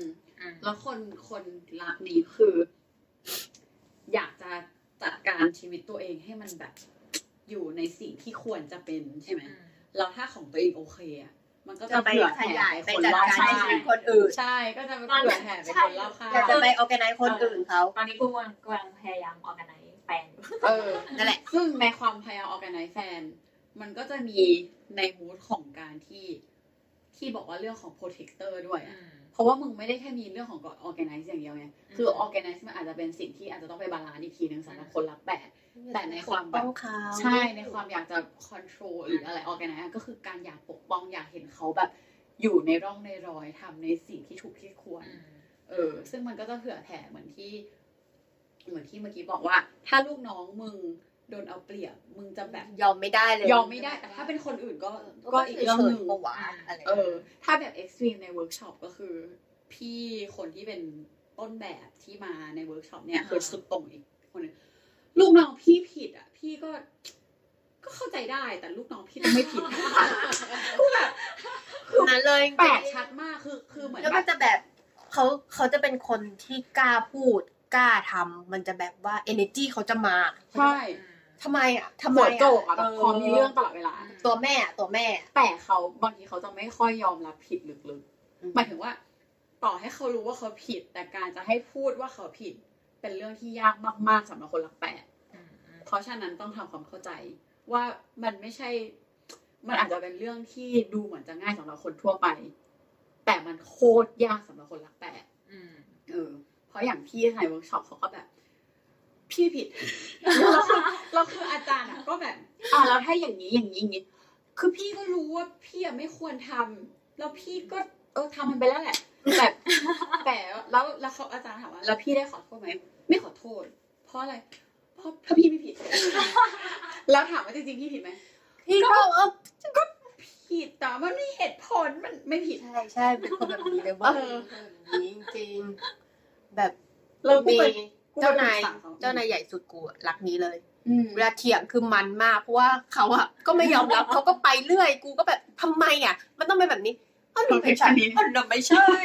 แล้วคนรักนี้คือ อยากจะจัดการชีวิตตัวเองให้มันแบบอยู่ในสิ่งที่ควรจะเป็นใช่ไหมแล้วถ้าของตัวเองโอเคอ่ะมันก็จะเผื่อแผ่ไปคนรอบข้างคนอื่นใช่ก็จะเผื่อแผ่ไปคนรอบข้างอยากจะไปออร์แกไนซ์คนอื่นเขาตอนนี้กูกำลังพยายามออร์แกไนซ์แฟนนั่นแหละซึ่งในความพยายามออร์แกไนซ์แฟนมันก็จะมีในมูดของการที่บอกว่าเรื่องของโปรเทคเตอร์ด้วยเพราะว่ามึงไม่ได้แค่มีเรื่องของการออร์แกไนซ์อย่างเดียวไงคือออร์แกไนซ์มันอาจจะเป็นสิ่งที่อาจจะต้องไปบาลานซ์อีกทีนึงสำหรับคนรักแต่ในความแบบใช่ในความอยากจะคอนโทรลหรืออะไรออร์แกไนซ์ก็คือการอยากปกป้องอยากเห็นเขาแบบอยู่ในร่องในรอยทำในสิ่งที่ถูกที่ควรซึ่งมันก็จะเผื่อแผ่เหมือนที่เมื่อกี้บอกว่าถ้าลูกน้องมึงโดนเอาเปรียบมึงจะแบบยอมไม่ได้เลยยอมไม่ได้แต่ถ้าเป็นคนอื่นก็อีกเรื่องนึงถ้าแบบเอ็กซ์ตรีมในเวิร์กช็อปก็คือพี่คนที่เป็นต้นแบบที่มาในเวิร์กช็อปเนี่ยคือสุดตรงอีกคนนึงลูกน้องพี่ผิดอ่ะพี่ก็เข้าใจได้แต่ลูกน้องพี่ไม่ผิดกูแบบนั้นเลยแปลกชัดมากคือเหมือนแล้วมันจะแบบเขาจะเป็นคนที่กล้าพูดกล้าทำมันจะแบบว่า energy เขาจะมาใช่ทำไมอ่ะโจกอ่ะแบบพอมีเรื่องตลอดเวลาตัวแม่แต่เขาบางทีเขาจะไม่ค่อยยอมรับผิดลึกๆหมายถึงว่าต่อให้เขารู้ว่าเขาผิดแต่การจะให้พูดว่าเขาผิดเป็นเรื่องที่ยากมากๆสำหรับคนรักแปดเพราะฉะนั้นต้องทำความเข้าใจว่ามันไม่ใช่มันอาจจะเป็นเรื่องที่ดูเหมือนจะง่ายสำหรับคนทั่วไปแต่มันโคตรยากสำหรับคนรักแปดเพราะอย่างพี่ในเวิร์กช็อปเขาก็แบบพี่ผิดเราคืออาจารย์อ่ะก็แบบแล้วถ้าอย่างนี้คือพี่ก็รู้ว่าพี่ไม่ควรทำแล้วพี่ก็ทำมันไปแล้วแหละแต่แล้วเขาอาจารย์ถามว่าแล้วพี่ได้ขอโทษไหมไม่ขอโทษเพราะอะไรเพราะพี่ไม่ผิดแล้วถามว่าจริงๆพี่ผิดไหมพี่ก็ผิดแต่มันมีเหตุผลมันไม่ผิดใช่เป็นคนแบบนี้เลยว่าจริงๆแบบเรามีเจ้านายใหญ่สุดกูรักนี้เลยเวลาเถียงคือมันมากเพราะว่าเขาอ่ะก็ไม่ยอมรับเขาก็ไปเรื่อยกูก็แบบทำไมอ่ะมันต้องเป็นแบบนี้หนูไม่ใช่ไม่ใช่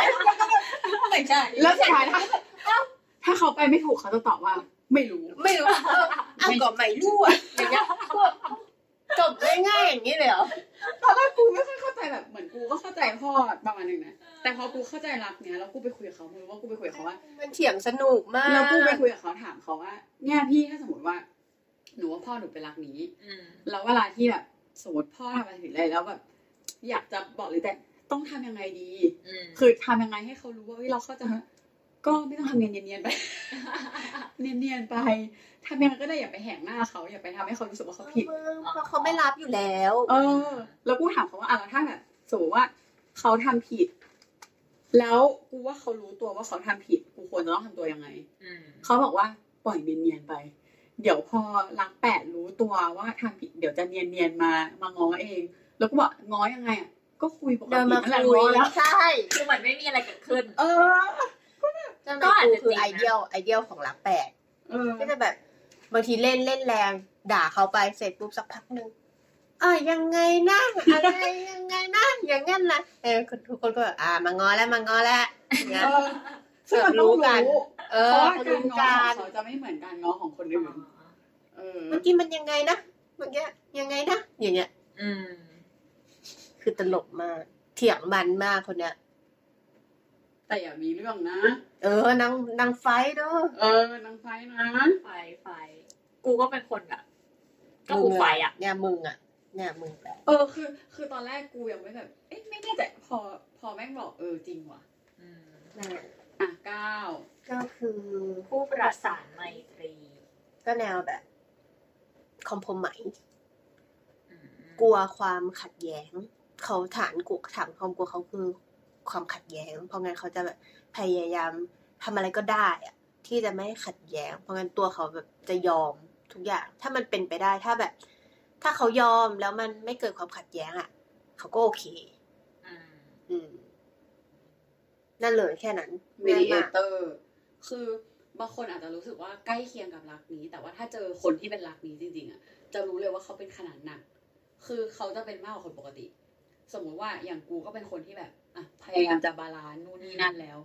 แล้วสุดท้ายถ้าเขาไปไม่ถูกเขาจะตอบว่าไม่รู้ก็ไม่รู้อ่ะอย่างเงี้ยจบง่ายๆอย่างนี้เลยเหรอตอนแรกกูไม่ค่อยเข้าใจแบบเหมือนกูก็เข้าใจพ่อประมาณนึงนะแต่พอกูเข้าใจรักเนี้ยแล้วกูไปคุยกับเขาว่ากูไปคุยกับเขาว่ามันเถียงสนุกมากแล้วกูไปคุยกับเขาถามเขาว่าเนี่ยพี่ถ้าสมมติว่าหนูว่าพ่อหนูเป็นรักนี้แล้วเวลาที่แบบสมมติพ่อทำอะไรผิดอะไรแล้วแบบอยากจะบอกหรือแต่ต้องทำยังไงดีคือทำยังไงให้เขารู้ว่าเราเข้าใจก็ไม่ต้องทำเนียนๆไปเนียนๆไปทำยังไงก็ได้อย่าไปแหกหน้าเขาอย่าไปทำให้เขารู้สึกว่าเขาผิดเพราะเขาไม่รับอยู่แล้วแล้วกูถามเขาว่าแล้วถ้าแบบสมมติว่าเขาทำผิดแล้วกูว่าเขารู้ตัวว่าเขาทำผิดกูควรจะต้องทำตัวยังไงเขาบอกว่าปล่อยเนียนๆไปเดี๋ยวพอรักแปดรู้ตัวว่าทำผิดเดี๋ยวจะเนียนๆมาง้อเองแล้วกูบอกง้อยังไงอ่ะก็คุยปกตินั่นแหละง้อแล้วใช่คือเหมือนไม่มีอะไรเกิดขึ้นก็อาจจะคือไอเดียของรักแปดก็จะแบบบางทีเล่นแรงด่าเขาไปเสร็จปุ๊บสักพักนึงยังไงนะอะไรยังไงนะอย่างงั้นนะทุกคนก็แบบมาง้อแล้วอย่างเงี้ยซึ่งมันรู้กันเพราะว่าการง้อเขาจะไม่เหมือนการง้อของคนอื่นเมื่อกี้มันยังไงนะเมื่อกี้ยังไงนะอย่างเงี้ยคือตลกมากเถียงมันมากคนเนี้ยแต่อย่ามีเรื่องนะนางไฟเด้อนางไฟนะไฟกูก็เป็นคนแบบก็กูไฟอ่ะเนี่ยมึงแบบคือตอนแรกกูยังไม่แบบไม่แน่ใจพอแม่งบอกจริงว่ะ9 ก็คือผู้ประสานไมตรีก็แนวแบบคอมโพไมซ์กลัวความขัดแย้งเขาฐานความกลัวเขาคือความขัดแย้งเพราะงั้นเขาจะแบบพยายามทำอะไรก็ได้อะที่จะไม่ขัดแย้งเพราะงั้นตัวเขาแบบจะยอมทุกอย่างถ้ามันเป็นไปได้ถ้าเขายอมแล้วมันไม่เกิดความขัดแย้งอ่ะเขาก็โอเคนั่นเลยแค่นั้นมีเอเตอร์คือบางคนอาจจะรู้สึกว่าใกล้เคียงกับรักนี้แต่ว่าถ้าเจอคนที่เป็นรักนี้จริงๆอ่ะจะรู้เลยว่าเขาเป็นขนาดหนักคือเขาจะเป็นมากกว่าคนปกติสมมติว่าอย่างกูก็เป็นคนที่แบบพยายามจะบาลานซ์นู่นนี่นั่นแล้ว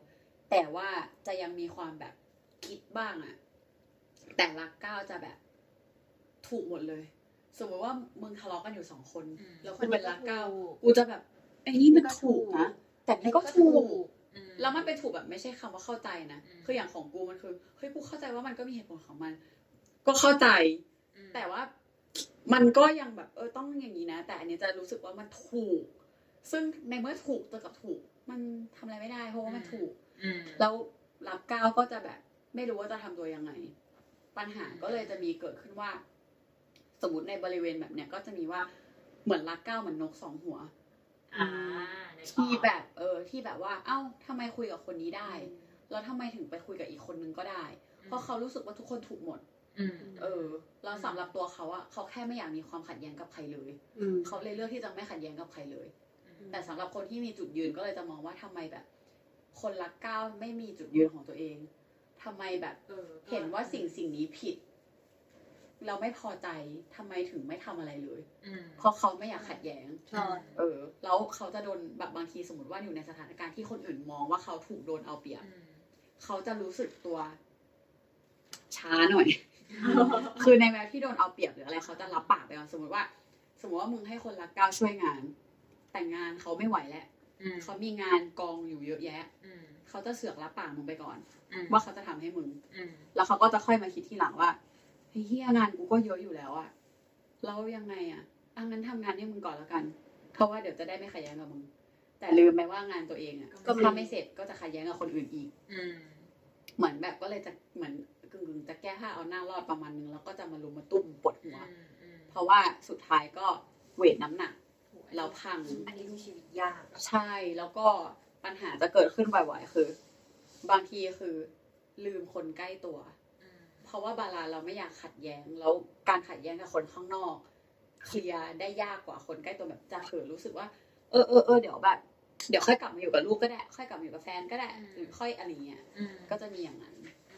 แต่ว่าจะยังมีความแบบคิดบ้างอะแต่รักเก้าจะแบบถูกหมดเลยสมมติว่ามึงทะเลาะกันอยู่2คนแล้วกูเป็นรักเก้ากูจะแบบไอ้นี่มันถูกนะแต่นี่ก็ถูกแล้วมันเป็นถูกแบบไม่ใช่คำว่าเข้าใจนะคืออย่างของกูมันคือเฮ้ยกูเข้าใจว่ามันก็มีเหตุผลของมันก็เข้าใจแต่ว่ามันก็ยังแบบต้องอย่างนี้นะแต่อันนี้จะรู้สึกว่ามันถูกซึ่งในเมื่อถูกกับถูกมันทำอะไรไม่ได้เพราะว่ามันถูกแล้วรับก้าวก็จะแบบไม่รู้ว่าจะทำตัวยังไงปัญหาก็เลยจะมีเกิดขึ้นว่าสมมติในบริเวณแบบเนี้ยก็จะมีว่าเหมือนรักก้าวเหมือนนก2 หัวที่แบบที่แบบว่าเอ้าทำไมคุยกับคนนี้ได้แล้วทำไมถึงไปคุยกับอีกคนนึงก็ได้เพราะเขารู้สึกว่าทุกคนถูกหมดแล้วสำหรับตัวเขาอะเขาแค่ไม่อยากมีความขัดแย้งกับใครเลยเขาเลยเลือกที่จะไม่ขัดแย้งกับใครเลยแต่สำหรับคนที่มีจุดยืนก็เลยจะมองว่าทำไมแบบคนรักก้าวไม่มีจุดยืนของตัวเองทำไมแบบเห็นว่าสิ่งนี้ผิดเราไม่พอใจทำไมถึงไม่ทำอะไรเลยเพราะเขาไม่อยากขัดแย้งแล้วเขาจะโดนแบบบางทีสมมติว่าอยู่ในสถานการณ์ที่คนอื่นมองว่าเขาถูกโดนเอาเปรียบเขาจะรู้สึกตัวช้าหน่อย คือในแบบที่โดนเอาเปรียบหรืออะไรเขาจะรับปากไปก่อนสมมติว่ามึงให้คนรักก้าวช่วยงานแต่งงานเขาไม่ไหวแล้วเขามีงานกองอยู่เยอะแยะเขาจะเสือกรับปากมึงไปก่อนว่าเขาจะทำให้มึงแล้วเขาก็จะค่อยมาคิดทีหลังว่าเฮียงานกูก็เยอะอยู่แล้วอะแล้วยังไงอะงั้นทำงานให้มึงก่อนแล้วกันเพราะว่าเดี๋ยวจะได้ไม่ขัดแย้งกับมึงแต่ลืมไปว่างานตัวเองอะก็ถ้าไม่เสร็จก็จะขัดแย้งกับคนอื่นอีกเหมือนแบบก็เลยจะเหมือนกึ่งจะแก้ผ้าเอาหน้ารอดประมาณนึงแล้วก็จะมาลุมมาตุ้มปวดหัวเพราะว่าสุดท้ายก็เวทน้ำหนักแล้วพังอันนี้มีชีวิตยากใช่แล้วก็ปัญหาจะเกิดขึ้นบ่อยๆคือบางทีคือลืมคนใกล้ตัวเพราะว่าบาลานเราไม่อยากขัดแย้งแล้วการขัดแย้งกับคนข้างนอกเคลียร์ได้ยากกว่าคนใกล้ตัวแบบจะรู้สึกว่าเดี๋ยวแบบเดี๋ยวค่อยกลับมาอยู่กับลูกก็ได้ค่อยกลับมาอยู่กับแฟนก็ได้หรือค่อยอะไรเงี้ยก็จะมีอย่างนั้น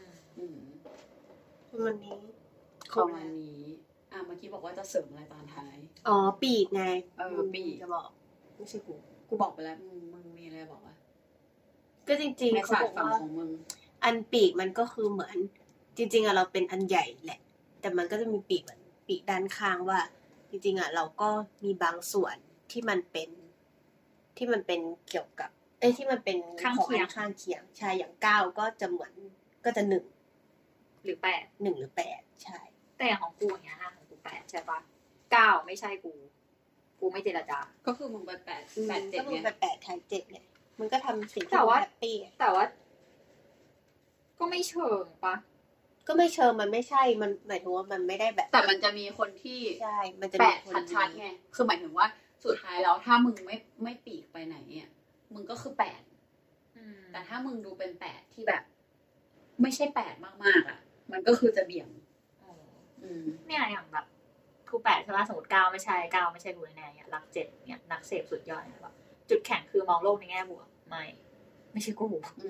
วันนี้ประมาณนี้เมื่อกี้บอกว่าจะเสริมอะไรตอนท้ายปีกไงปีกจะบอกไม่ใช่กูบอกไปแล้วมึงมีอะไรบอกว่าก็จริงๆเขาบอกว่าอันปีกมันก็คือเหมือนจริงๆอะเราเป็นอันใหญ่แหละแต่มันก็จะมีปีกเหมือนปีกด้านข้างว่าจริงๆอะเราก็มีบางส่วนที่มันเป็นเกี่ยวกับที่มันเป็นข้างเคียงใช่อย่าง9ก็จะเหมือนก็จะ1 หรือ8 1หรือ8ใช่แต่อย่างของกูอย่างเงี้ยของกู8ใช่ปะ9ไม่ใช่กูไม่เจรจาก็คือมึงเป็น8 7 ก็มึงเป็น8ท้าย7ไงมึงก็ทำสิ่งที่แฮปปี้แต่ว่าก็ไม่เชิงปะก็ไม่เชิงมันไม่ใช่มันหมายถึงว่ามันไม่ได้แบบแต่มันจะมีคนที่ใช่มันจะมีคนชัดๆไงคือหมายถึงว่าสุดท้ายแล้วถ้ามึงไม่ปีกไปไหนเนี่ยมึงก็คือ8แต่ถ้ามึงดูเป็น8ที่แบบไม่ใช่8มากๆอ่ะมันก็คือจะเบี่ยงเนี่ยอย่างแบบกู8ใช่ป่ะสมมติ9ไม่ใช่กูแน่ๆเนี่ยรัก7เนี่ยนักเสพสุดยอดเนี่ยแบบจุดแข็งคือมองโลกในแง่บวกไม่ใช่กู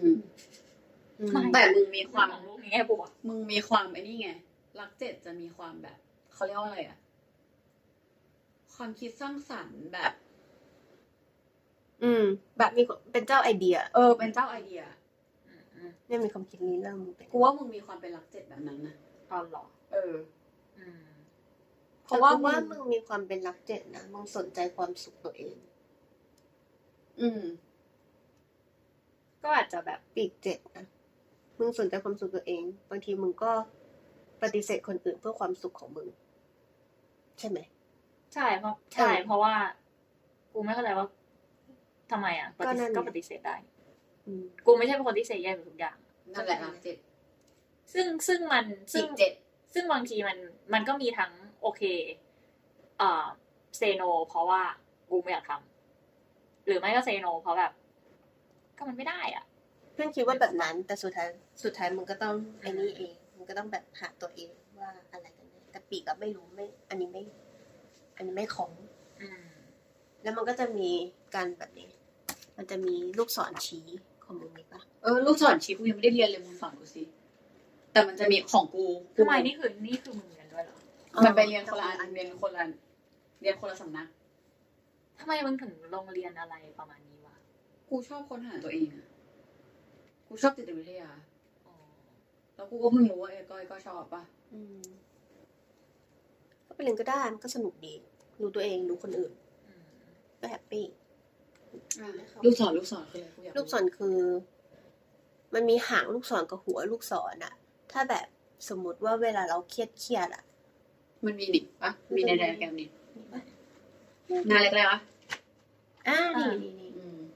แต่มึงมีความมองโลกในแง่บวกมึงมีความไอ้นี่ไงรัก7จะมีความแบบเขาเรียกว่าอะไรอ่ะความคิดสร้างสรรค์แบบแบบมีเป็นเจ้าไอเดียเป็นเจ้าไอเดียเนี่ยมีความคิดนี้เริ่มกูว่ามึงมีความเป็นรัก7แบบนั้นนะหรอเพราะว่ามึงมีความเป็นรัก7นะมึงสนใจความสุขตัวเองก็อาจจะแบบปีก7นะมึงสนใจความสุขตัวเองบางทีมึงก็ปฏิเสธคนอื่นเพื่อความสุขของมึงใช่ไหมใช่เพราะว่ากูไม่เข้าใจว่าทำไมอ่ะก็ปฏิเสธได้กูไม่ใช่เป็นคนที่เซย์แย่กับทุกอย่างนั่นแหละรัก7 ซึ่งมันซึ่งบางทีมันก็มีทั้งโอเคเซโนเพราะว่ากูไม่อยากทำหรือไม่ก็เซโนเพราะแบบก็มันไม่ได้อ่ะเพื่อนคิดว่าแบบนั้นแต่สุดท้ายมึงก็ต้องไอ้นี่เองมึงก็ต้องแบบหาตัวเองว่าอะไรกันแน่แต่ปีกก็ไม่รู้ไม่อันนี้ไม่ของแล้วมันก็จะมีการแบบนี้มันจะมีลูกศรชี้ของมึงมีปะลูกศรชี้กูยังไม่ได้เรียนเลยมึงสอนกูสิแต่มันจะมีของกูทำไมนี่คือมึงเรียนด้วยเหรอมันไปเรียนคนละอันเรียนคนละสำนักทำไมมึงถึงโรงเรียนอะไรประมาณนี้วะกูชอบค้นหาตัวเองกูชอบจิตวิทยาแล้วกูก็เพิ่งรู้ว่าก้อยก็ชอบป่ะก็ไปเรียนก็ได้มันก็สนุกดีรู้ตัวเองรู้คนอื่นก็แฮปปี้ลูกศรคืออะไรกูอยากลูกศรคือมันมีหางลูกศรกับหัวลูกศรอ่ะถ้าแบบสมมติว่าเวลาเราเครียดอ่ะมันมีนิปะมีในไดอะแกรมนี่งานอะไรวะนี่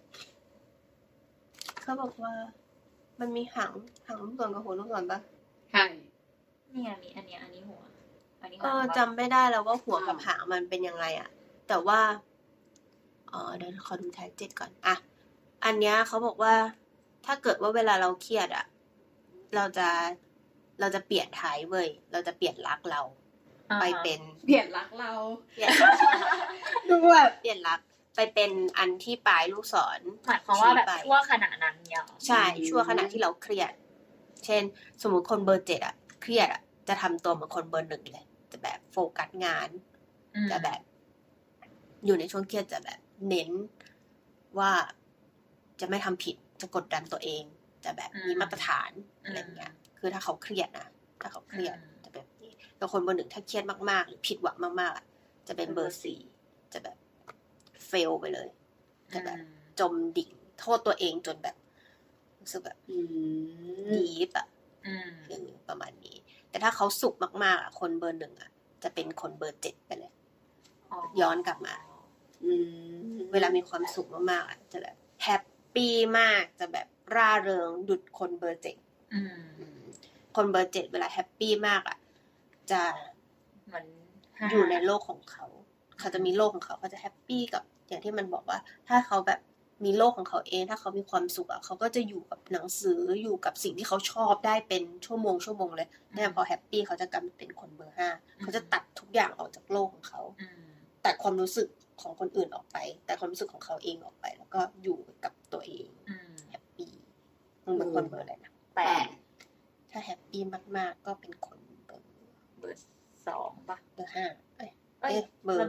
เขาบอกว่ามันมีหางลูกศรกับหัวลูกศรปะใช่นี่อันนี้หัวอันนี้จำไม่ได้แล้วว่าหัวกับหางมันเป็นยังไงอ่ะแต่ว่าเดี๋ยวขอดูแท็กจิตก่อนอ่ะอันเนี้ยเขาบอกว่าถ้าเกิดว่าเวลาเราเครียดอ่ะเราจะเปลี่ยนท้ายเว้ยเราจะเปลี่ยนรักเราไปเป็นเปลี่ยนรักเราดูแบบเปลี่ยนรักไปเป็นอันที่ปลายลูกศรหมายความว่าแบบชั่วขณะนั้นเนี่ยใช่ชั่วขณะที่เราเครียดเช่นสมมุติคนเบอร์7อ่ะเครียดอ่ะจะทำตัวเหมือนคนเบอร์1เลยจะแบบโฟกัสงานจะแบบอยู่ในช่วงเครียดจะแบบเน้นว่าจะไม่ทำผิดจะกดดันตัวเองจะแบบมีมาตรฐานอะไรเงี้ยคือถ้าเขาเครียดนะถ้าเขาเครียดจะแบบนี้แต่คนเบอร์1ถ้าเครียดมากๆหรือผิดหวังมากๆจะเป็นเบอร์4จะแบบเฟลไปเลยจะแบบจมดิ่งโทษตัวเองจนแบบรู้สึกแบบดีฟอ่ะประมาณนี้แต่ถ้าเขาสุขมากๆอ่ะคนเบอร์1อ่ะจะเป็นคนเบอร์7ไปเลยย้อนกลับมาเวลามีความสุขมากๆอ่ะจะแบบแฮปปี้มากจะแบบร่าเริงดุจคนเบอร์7คนเบอร์7เวลาแฮปปี้มากอ่ะจะมันอยู่ในโลกของเขาจะมีโลกของเขาจะแฮปปี้กับอย่างที่มันบอกว่าถ้าเขาแบบมีโลกของเขาเองถ้าเขามีความสุขอ่ะเขาก็จะอยู่กับหนังสืออยู่กับสิ่งที่เขาชอบได้เป็นชั่วโมงเลยแต่พอแฮปปี้เขาจะกลายเป็นคนเบอร์5เขาจะตัดทุกอย่างออกจากโลกของเขาตัดความรู้สึกของคนอื่นออกไปแต่ความรู้สึกของเขาเองออกไปแล้วก็อยู่กับตัวเองแฮปปี้มึงเป็นคนเบอร์อะไรนะ8ถ้าแฮปปี้มากๆก็เป็นคนเบอร์ 2ป่ะเบอร์5เบอร์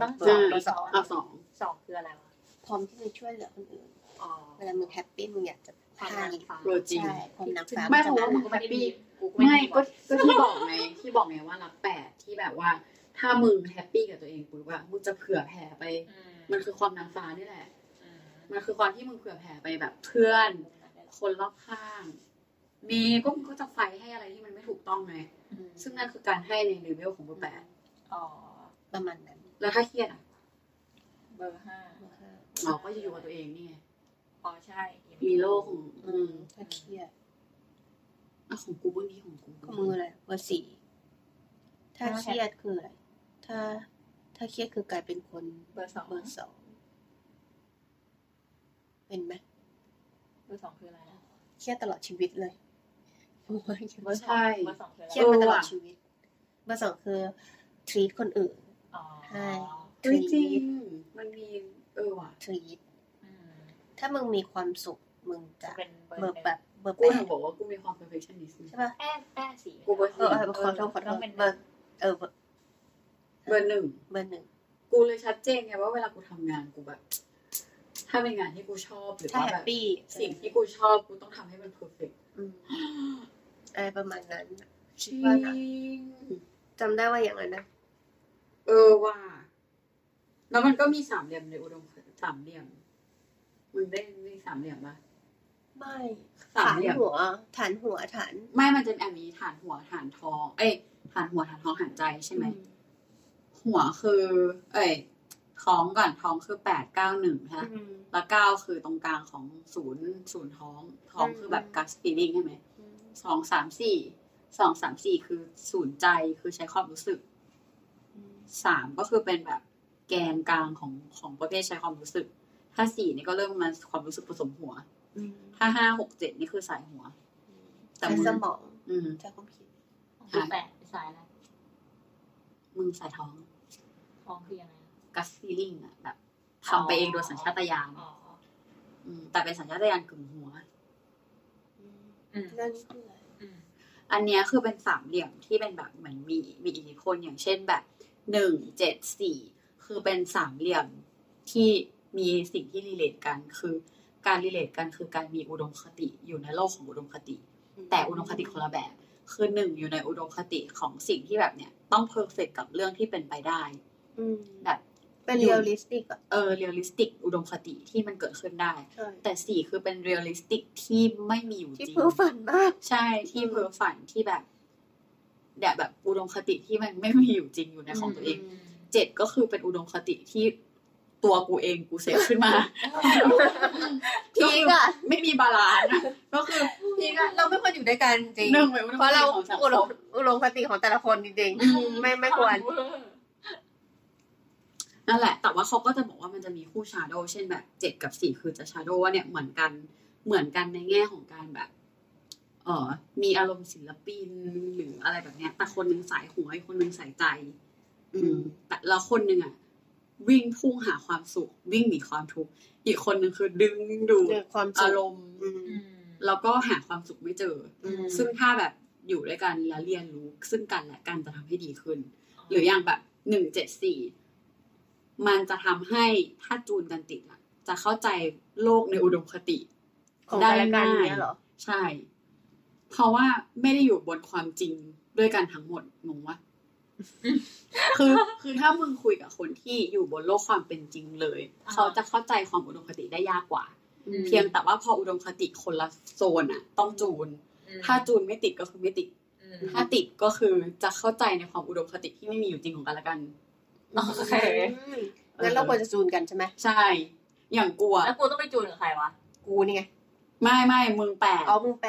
2คืออะไรวะพร้อมที่จะช่วยเหลือคนอื่นเวลามึงแฮปปี้มึงอยากจะให้จริงใช่ความนางฟ้าไม่เพราะว่ามึงก็แฮปปี้ไม่ก็ที่บอกไงว่ารัก8ที่แบบว่าถ้ามึงแฮปปี้กับตัวเองปุ๊บว่ามึงจะเผื่อแผ่ไปมันคือความนางฟ้านี่แหละมันคือความที่มึงเผื่อแผ่ไปแบบเพื่อนคนรอบข้างมีก็มึงก็จะไฟให้อะไรที่มันไม่ถูกต้องไงซึ่งนั่นคือการให้ในเลเวลของเบอร์8 ประมาณนั้นแล้วถ้าเครียดอ่ะเบอร์5 เราก็จะอยู่กับตัวเองนี่ไงใช่มีโลกของถ้าเครียดของกูเบอร์นี้ของกูก็มืออะไรเบอร์4ถ้าเครียดคืออะไรถ้าเครียดคือกลายเป็นคนเบอร์2 เป็นไหมเบอร์2คืออะไรนะเครียดตลอดชีวิตเลยใช่เบอร์2คืออะไรเครียดมาตลอดชีวิตเบอร์2คือ treat คนอื่นใช่จริงมันมีว่ะ treat ถ้ามึงมีความสุขมึงจะเป็นเบอร์แบบเบอร์กูถึงบอกว่ากูมีความ perfectionist ใช่ป่ะแป้สีกูเบอร์ขอโทษเบอร์1 เบอร์1กูเลยชัดเจนไงว่าเวลากูทำงานกูแบบถ้าเป็นงานที่กูชอบหรือว่าแบบสิ่งที่กูชอบกูต้องทำให้มัน perfect อะไรประมาณนั้นจริงจำได้ว่าอย่างนั้นนะว่าแล้วมันก็มี3เหลี่ยมในอุดม3เหลี่ยมมึงได้มี3เหลี่ยมป่ะไม่ฐานหัวไม่มันจะมีฐานหัวฐานท้องฐานหัวฐานท้องฐานใจใช่ไหมหัวคือท้องก่อนท้องคือ8 9 1ค่ะแล้ว9คือตรงกลางของ0ท้องคือแบบ gut feeling ใช่ไหม2 3 4คือ0ใจคือใช้ความรู้สึก3ก็คือเป็นแบบแกนกลางของประเภทใช้ความรู้สึกถ้า4นี่ก็เริ่มมาความรู้สึกผสมหัวถ้า5 6 7นี่คือสายหัวแต่สมองใช้ความคิด 8สายอะไรมึงสายท้องคือยังไง gut feeling อ่ะแบบทำไปเองโดยสัญชาตญาณแต่เป็นสัญชาตญาณกึ่งหัวอันเนี้ยคือเป็น3เหลี่ยมที่เป็นแบบเหมือนมีอิทธิพลอย่างเช่นแบบ1 7 4คือเป็น3เหลี่ยมที่มีสิ่งที่รีเลทกันคือการรีเลทกันคือการมีอุดมคติอยู่ในโลกของอุดมคติแต่อุดมคติคนละแบบคือหนึ่งอยู่ในอุดมคติของสิ่งที่แบบเนี้ยต้องเพอร์เฟกต์กับเรื่องที่เป็นไปได้แบบเป็นเรียลลิสติกเรียลลิสติกอุดมคติที่มันเกิดขึ้นได้แต่สี่คือเป็นเรียลลิสติกที่ไม่มีอยู่จริงที่เพ้อฝันมากใช่ที่เพ้อฝันที่แบบแบบอุดมคติที่มันไม่มีอยู่จริงอยู่ในของตัวเอง7ก็คือเป็นอุดมคติที่ตัวกูเองกูเสกขึ้นมาพีกอะไม่มีบาลานซ์ก็คือพีกอะเราไม่ควรอยู่ด้วยกันจริงเพราะเราอุดมคติของแต่ละคนจริงๆไม่ควรนั่นแหละแต่ว่าเขาก็จะบอกว่ามันจะมีคู่ชาโดว์เช่นแบบ7กับ4คือจะชาโดว์ว่าเนี่ยเหมือนกันในแง่ของการแบบมีอารมณ์ศิลปินหรืออะไรแบบเนี้ยแต่คนนึงสายหัวอีกคนนึงสายใจแต่ละคนนึงอ่ะวิ่งพุ่งหาความสุขวิ่งหนีความทุกข์อีกคนนึงคือดึงดูอารมณ์แล้วก็หาความสุขไม่เจอซึ่งถ้าแบบอยู่ด้วยกันแล้วเรียนรู้ซึ่งกันและกันจะทำให้ดีขึ้นหรืออย่างแบบ174มันจะทำให้ถ้าจูนกันติดอ่ะจะเข้าใจโลกในอุดมคติได้ง่ายเหรอใช่เพราะว่าไม่ได้อยู่บนความจริงด้วยกันทั้งหมดงงวะคือถ้ามึงคุยกับคนที่อยู่บนโลกความเป็นจริงเลยเขาจะเข้าใจความอุดมคติได้ยากกว่าเพียงแต่ว่าพออุดมคติคนละโซนอ่ะต้องจูนถ้าจูนไม่ติดก็คือไม่ติดถ้าติดก็คือจะเข้าใจในความอุดมคติที่ไม่มีอยู่จริงของกันและกันโอเคงั้นเราควรจะจูนกันใช่ไหมใช่อย่างกูอ่ะแล้วกูต้องไปจูนกับใครวะกูนี่ไงไม่มึง8 มึง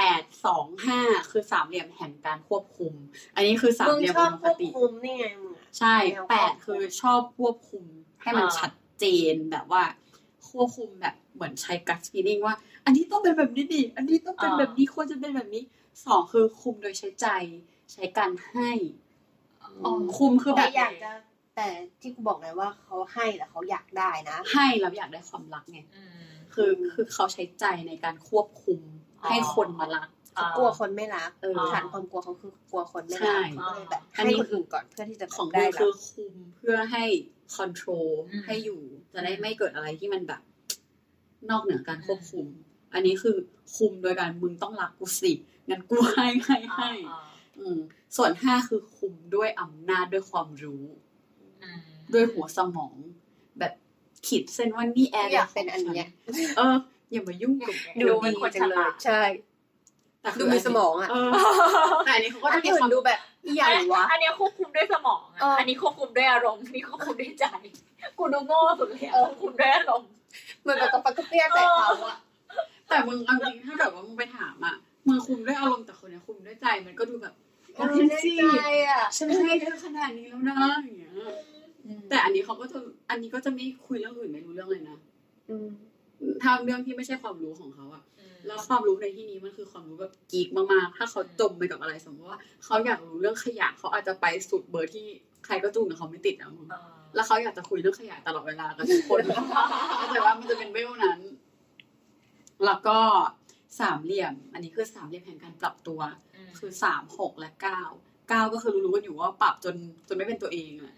8 2 5คือสามเหลี่ยมแห่งการควบคุมอันนี้คือสามเหลี่ยมอุดมคติมึงชอบควบคุมนี่ไงมึงใช่8คือชอบควบคุมให้มันชัดเจนแบบว่าควบคุมแบบเหมือนใช้ gut feeling ว่าอันนี้ต้องเป็นแบบนี้ดิอันนี้ต้องเป็นแบบนี้ควรจะเป็นแบบนี้2คือคุมโดยใช้ใจใช้การให้คุมคือแบบอยากจะแต่ที่กูบอกไงว่าเขาให้แต่เขาอยากได้นะให้แล้วอยากได้ความรักไงคือเขาใช้ใจในการควบคุมให้คนมารักกลัวคนไม่รักฐานความกลัวเขาคือกลัวคนไม่รักเขาเลยแบบให้คนอื่นก่อนเพื่อที่จะของได้คือคุมเพื่อให้คอนโทรลให้อยู่จะได้ไม่เกิดอะไรที่มันแบบนอกเหนือการควบคุมอันนี้คือคุมโดยการมึงต้องรักกูสิงั้นกูให้ส่วน5คือคุมด้วยอำนาจด้วยความรู้ด้วยหัวสมองแบบขีดเส้นว่านี่แอร์อยากเป็นอันเนี้ยอย่ามายุ่งกับดูเป็นคนฉลาดใช่แต่ดูมีสมองอ่ะแต่อันนี้เขาก็จะมีความดูแบบใหญ่วะอันนี้ควบคุมด้วยสมองอันนี้ควบคุมด้วยอารมณ์นี่ควบคุมด้วยใจกูดูโง่สุดเลยควบคุมด้วยอารมณ์เหมือนกับตะปักเตี้ยแต่เขาอะแต่มึงจริงถ้าเกิดว่ามึงไปถามอ่ะมึงคุมด้วยอารมณ์แต่คนนี้คุมด้วยใจมันก็ดูแบบได้ใจอ่ะฉันให้เธอขนาดนี้แล้วนะอย่างเงี้ยแต่อันนี้เขาก็จะไม่คุยเรื่องอื่นไม่รู้เรื่องเลยนะถ้าเรื่องที่ไม่ใช่ความรู้ของเขาอะแล้วความรู้ในที่นี้มันคือความรู้แบบกิ๊กมากๆถ้าเขาจมไปกับอะไรสมมติว่าเขาอยากรู้เรื่องขยะเขาอาจจะไปสุดเบอร์ที่ใครก็จูงกับเขาไม่ติดนะมึงแล้วเขาอยากจะคุยเรื่องขยะตลอดเวลากับทุกคนแต่ว่ามันจะเป็นเวลนั้นแล้วก็สามเหลี่ยมอันนี้คือสามเหลี่ยมแห่งการปรับตัวคือ3 6และ9ก็คือรู้ๆกันอยู่ว่าปรับจนไม่เป็นตัวเองอะ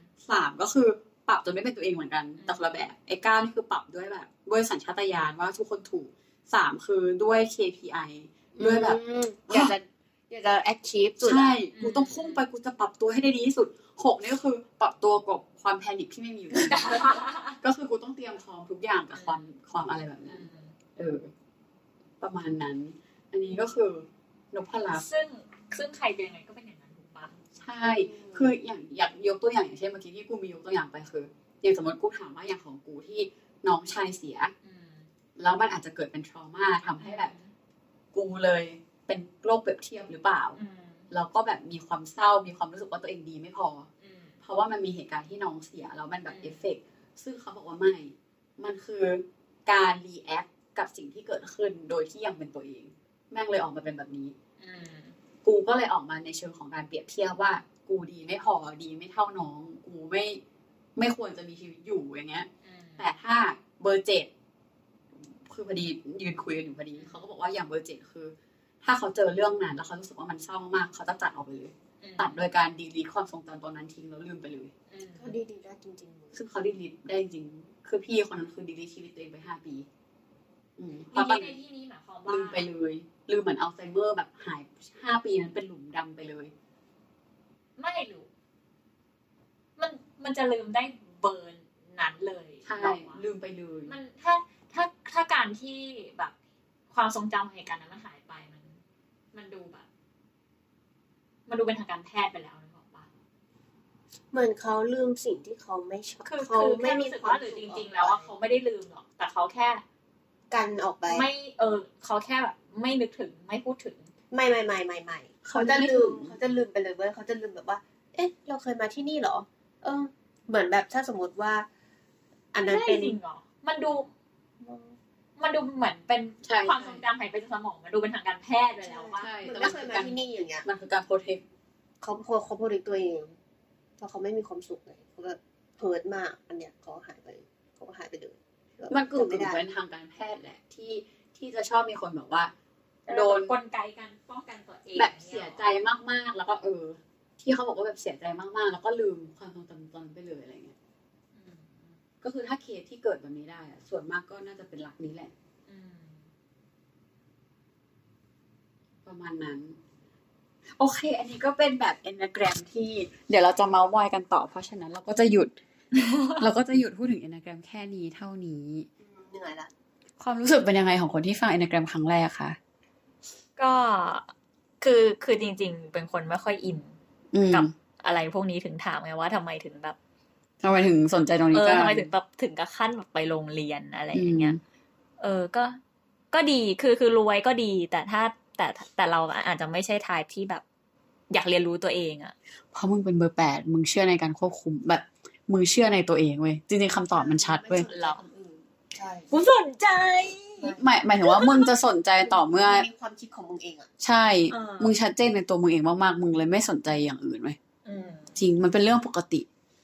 3ก็คือปรับจนไม่เป็นตัวเองเหมือนกันแต่คนละแบบไอ้9นี่คือปรับด้วยแบบด้วยสัญชาตญาณว่าทุกคนถูก3คือด้วย KPI ด้วยแบบอยากจะ achieve สุดใช่กูต้องพุ่งไปกูจะปรับตัวให้ได้ดีที่สุด6นี่ก็คือปรับตัวกับความแพนิคที่ไม่มีอยู่ก็คือกูต้องเตรียมพร้อมทุกอย่างกับความอะไรแบบนั้นประมาณนั้นอันนี้ก็คือนพลักษ์ซึ่งใครเป็นยังไงก็เป็นอย่างนั้นถูกปะใช่คืออย่างยกตัวอย่างเช่นเมื่อกี้ที่กูมียกตัวอย่างไปคืออย่างสมมติกูถามว่าอย่างของกูที่น้องชายเสียแล้วมันอาจจะเกิดเป็นทรมาทำให้แบบกูเลยเป็นโรคเปรียบเทียบหรือเปล่าแล้วก็แบบมีความเศร้ามีความรู้สึกว่าตัวเองดีไม่พอเพราะว่ามันมีเหตุการณ์ที่น้องเสียแล้วมันแบบเอฟเฟกต์ซึ่งเขาบอกว่าไม่มันคือการรีแอคกับสิ่งที่เกิดขึ้นโดยที่ยังเป็นตัวเองแม่งเลยออกมาเป็นแบบนี้กูก็เลยออกมาในเชิงของการเปรียบเทียบว่ากูดีไม่พอดีไม่เท่าน้องกูไม่ควรจะมีชีวิตอยู่อย่างเงี้ยแต่ถ้าเบอร์7คือพอดียืนคุยกันอยู่พอดีเขาก็บอกว่าอย่างเบอร์7คือถ้าเขาเจอเรื่องนั้นแล้วเขารู้สึกว่ามันเศร้ามากเขาจะตัดออกไปเลยตัดโดยการดีลีทความทรงจำตอนนั้นทิ้งแล้วลืมไปเลยเขาดีลีทได้จริงๆซึ่งเขาดีลีทได้จริงคือพี่คนนั้นคือดีลีทชีวิตตัวเองไป5 ปีตอนในที่นี้หมายความว่าลืมไปเลยลืมเหมือนอัลไซเมอร์แบบหาย5 ปีนั้นเป็นหลุมดำไปเลยไม่รู้มันจะลืมได้เบอร์นั้นเลยใช่ลืมไปเลยมันถ้าการที่แบบความทรงจำเหตุการณ์นั้นมันหายไปมันดูแบบมันดูเป็นทางการแพทย์ไปแล้วนึกออกปะเหมือนเขาลืมสิ่งที่เขาไม่ชอบเขาไม่มีความหรือจริงๆแล้วว่าเขาไม่ได้ลืมหรอกแต่เขาแค่กันออกไปไม่เขาแค่แบบไม่นึกถึงไม่พูดถึงไม่เขาจะลืมไปเลยเว้ยเขาจะลืมแบบว่าเอ๊ะเราเคยมาที่นี่เหรอเหมือนแบบถ้าสมมติว่าอันนั้นเป็นจริงเหรอมันดูเหมือนเป็นความทรงจำหายไปจากสมองมันดูเป็นทางการแพทย์ไปแล้วว่ามันไม่เคยมาที่นี่อย่างเงี้ยมันคือการโปรเทคเขาโปรเทคตัวเองเพราะเขาไม่มีความสุขเลยเขาแบบเฮิร์ตมากอันเนี้ยเขาหายไปเลยมันคือเป็นทางการแพทย์แหละที่จะชอบมีคนแบบว่าโดนกลไกการป้องกันตัวเองแบบเสียใจมากๆแล้วก็ที่เขาบอกว่าแบบเสียใจมากๆแล้วก็ลืมความทรงจำตอนไปเลยอะไรเงี้ยก็คือถ้าเคสที่เกิดแบบนี้ได้อะส่วนมากก็น่าจะเป็นหลักนี้แหละประมาณนั้นโอเคอันนี้ก็เป็นแบบ Enneagram ที่เดี๋ยวเราจะเมาท์มอยกันต่อเพราะฉะนั้นเราก็จะหยุด พูดถึง Enneagram แค่นี้เท่านี้เหนื่อยละความรู้สึกเป็นยังไงของคนที่ฟัง Enneagram ครั้งแรกคะก็คือจริงๆเป็นคนไม่ค่อยอินกับอะไรพวกนี้ถึงถามไงว่าทำไมถึงสนใจตรงนี้ทำไมถึงแบบถึงกับขั้นแบบไปโรงเรียนอะไรอย่างเงี้ยก็ดีคือรวยก็ดีแต่เราอาจจะไม่ใช่ไทป์ที่แบบอยากเรียนรู้ตัวเองอ่ะเพราะมึงเป็นเบอร์8มึงเชื่อในการควบคุมแบบมึงเชื่อในตัวเองเว้ยจริงๆคำตอบมันชัดเว้ยใช่กูสนใจหมายถึงว่ามึงจะสนใจต่อเมื่อมีความคิดของมึงเองอ่ะใช่มึงชัดเจนในตัวมึงเองมากๆมึงเลยไม่สนใจอย่างอื่นเว้ยจริงมันเป็นเรื่องปกติ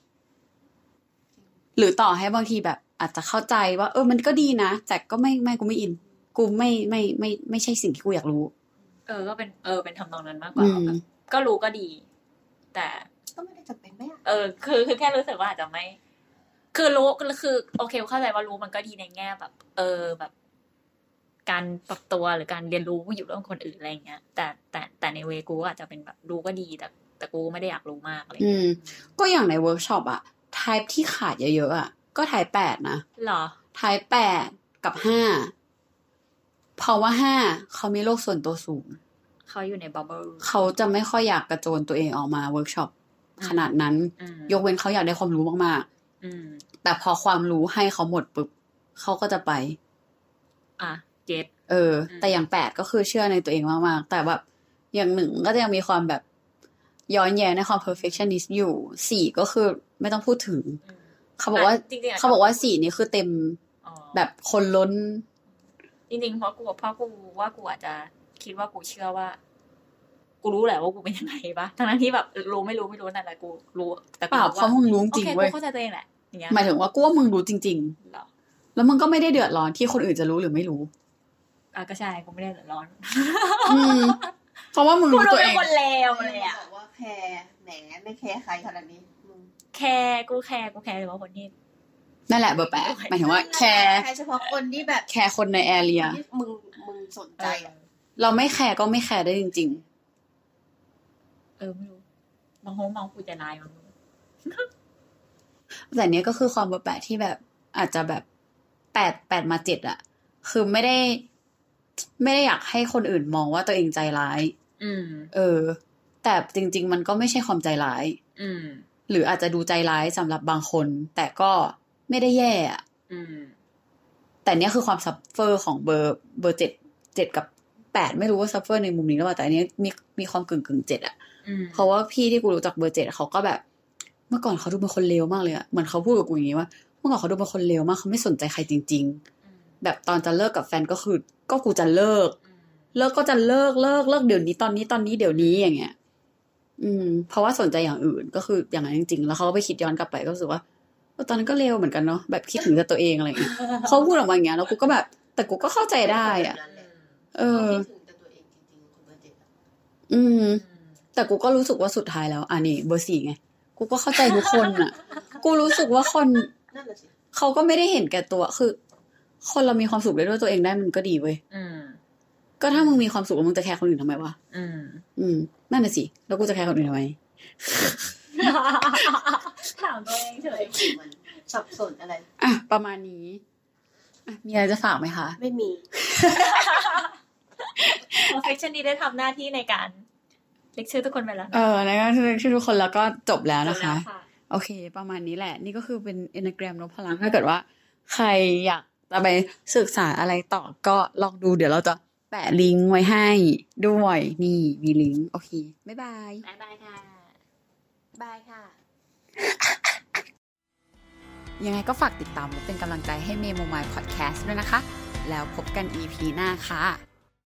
หรือต่อให้บางทีแบบอาจจะเข้าใจว่ามันก็ดีนะแต่ก็ไม่กูไม่อินกูไม่ใช่สิ่งที่กูอยากรู้ก็เป็นทำนองนั้นมากกว่าก็รู้ก็ดีแต่ก็ไม่ได้จำเป็นไหมคือแค่รู้สึกว่าอาจจะไม่คือรู้คือโอเคเข้าใจว่ารู้มันก็ดีในแง่แบบแบบการปรับตัวหรือการเรียนรู้อยู่ร่วมคนอื่นอะไรเงี้ยแต่ในเวกูอาจจะเป็นแบบรู้ก็ดีแต่กูไม่ได้อยากรู้มากอะไรก็อย่างในเวิร์กช็อปอะไทป์ที่ขาดเยอะๆอะก็ไทป์8นะหรอไทป์8กับ5เพราะว่า5เขามีโลกส่วนตัวสูงเขาอยู่ในบับเบิ้ลเขาจะไม่ค่อยอยากกระโจนตัวเองออกมาเวิร์กช็อปขนาดนั้นยกเว้นเขาอยากได้ความรู้มากๆแต่พอความรู้ให้เขาหมดปุ๊บเขาก็จะไปเจ็ดแต่อย่าง8ก็คือเชื่อในตัวเองมากๆแต่แบบอย่าง1ก็จะยังมีความแบบย้อนแย้งในความ perfectionist อยู่4ก็คือไม่ต้องพูดถึงเขาบอกว่า4นี่คือเต็มแบบคนล้นจริงๆเพราะกูว่ากูอาจจะคิดว่ากูเชื่อว่ากูรู้แหละว่ากูเป็นยังไงปะทั้งที่แบบรู้ไม่รู้นั่นแหละกูรู้แต่เปล่าเพราะมึงรู้จริงเว้ยกูเข้าใจตัวเองแหละอย่างเงี้ยหมายถึงว่ากูว่ามึงรู้จริงๆแล้วมึงก็ไม่ได้เดือดร้อนที่คนอื่นจะรู้หรือไม่รู้ก็ใช่กูไม่ได้เดือดร้อนเพราะว่ามึงรู้ตัวเองคนเลวเลยอ่ะบอกว่าแคร์แหมไม่แคร์ใครขนาดนี้มึงแคร์กูแคร์เฉพาะคนที่นั่นแหละเบอร์8หมายถึงว่าแคร์เฉพาะคนที่แบบแคร์คนในแอเรียมึงสนใจเราไม่แคร์ก็ไม่แคร์ได้จริงๆไม่รู้บางคนกูจะนายมั้งแต่เนี้ยก็คือความเบอร์8ที่แบบอาจจะแบบ8มา7อ่ะคือไม่ได้อยากให้คนอื่นมองว่าตัวเองใจร้ายแต่จริงๆมันก็ไม่ใช่ความใจร้ายหรืออาจจะดูใจร้ายสำหรับบางคนแต่ก็ไม่ได้แย่อ่ะแต่เนี้ยคือความซัฟเฟอร์ของเบอร์7กับ8ไม่รู้ว่าซัฟเฟอร์ในมุมนี้หรือเปล่าแต่อันนี้มีความกึ่ง7อ่ะเพราะว่าพี่ที่กูรู้จักเบอร์7เขาก็แบบเมื่อก่อนเขาดูเป็นคนเลวมากเลยอ่ะเหมือนเขาพูดกับกูอย่างงี้ว่าเมื่อก่อนเขาดูเป็นคนเลวมากเขาไม่สนใจใครจริงๆแบบตอนจะเลิกกับแฟนก็คือก็กูจะเลิกก็จะเลิกเดี๋ยวนี้ตอนนี้เดี๋ยวนี้อย่างเงี้ยเพราะว่าสนใจอย่างอื่นก็คืออย่างนั้นจริงๆแล้วเขาก็ไปคิดย้อนกลับไปก็รู้สึกว่าตอนนั้นก็เลวเหมือนกันเนาะแบบคิดถึงแต่ตัวเองอะไรอย่างเงี้ยเขาพูดออกมาอย่างเงี้ยแล้วกูก็แบบแต่กูก็เข้าใจได้อ่ะแต่กูก็รู้สึกว่าสุดท้ายแล้วนี่เบอร์4ไงกูก็เข้าใจทุกคนอ่ะกูรู้สึกว่าคนเขาก็ไม่ได้เห็นแก่ตัวคือคนเรามีความสุขได้ด้วยตัวเองได้มันก็ดีเว้ยก็ถ้ามึงมีความสุขแล้วมึงจะแคร์คนอื่นทำไมวะนั่นน่ะสิแล้วกูจะแคร์คนอื่นทำไมถามตัวเองเฉยมันสับสนอะไรประมาณนี้มีอะไรจะฝากไหมคะไม่มี perfection นี้ได้ทำหน้าที่ในการเรียกชื่อทุกคนไปแล้วแล้วก็เรียกชื่อทุกคนแล้วก็จบแล้วนะคะโอเคประมาณนี้แหละนี่ก็คือเป็น Enneagram นพพลังถ้าเกิดว่าใครอยากจะไปศึกษาอะไรต่อก็ลองดูเดี๋ยวเราจะแปะลิงก์ไว้ให้ด้วยนี่มีลิงก์โอเคบ๊ายบายบ๊ายบายค่ะบายค่ะยังไงก็ฝากติดตามและเป็นกำลังใจให้เมโมมายพอดแคสต์ด้วยนะคะแล้วพบกัน EP หน้าค่ะ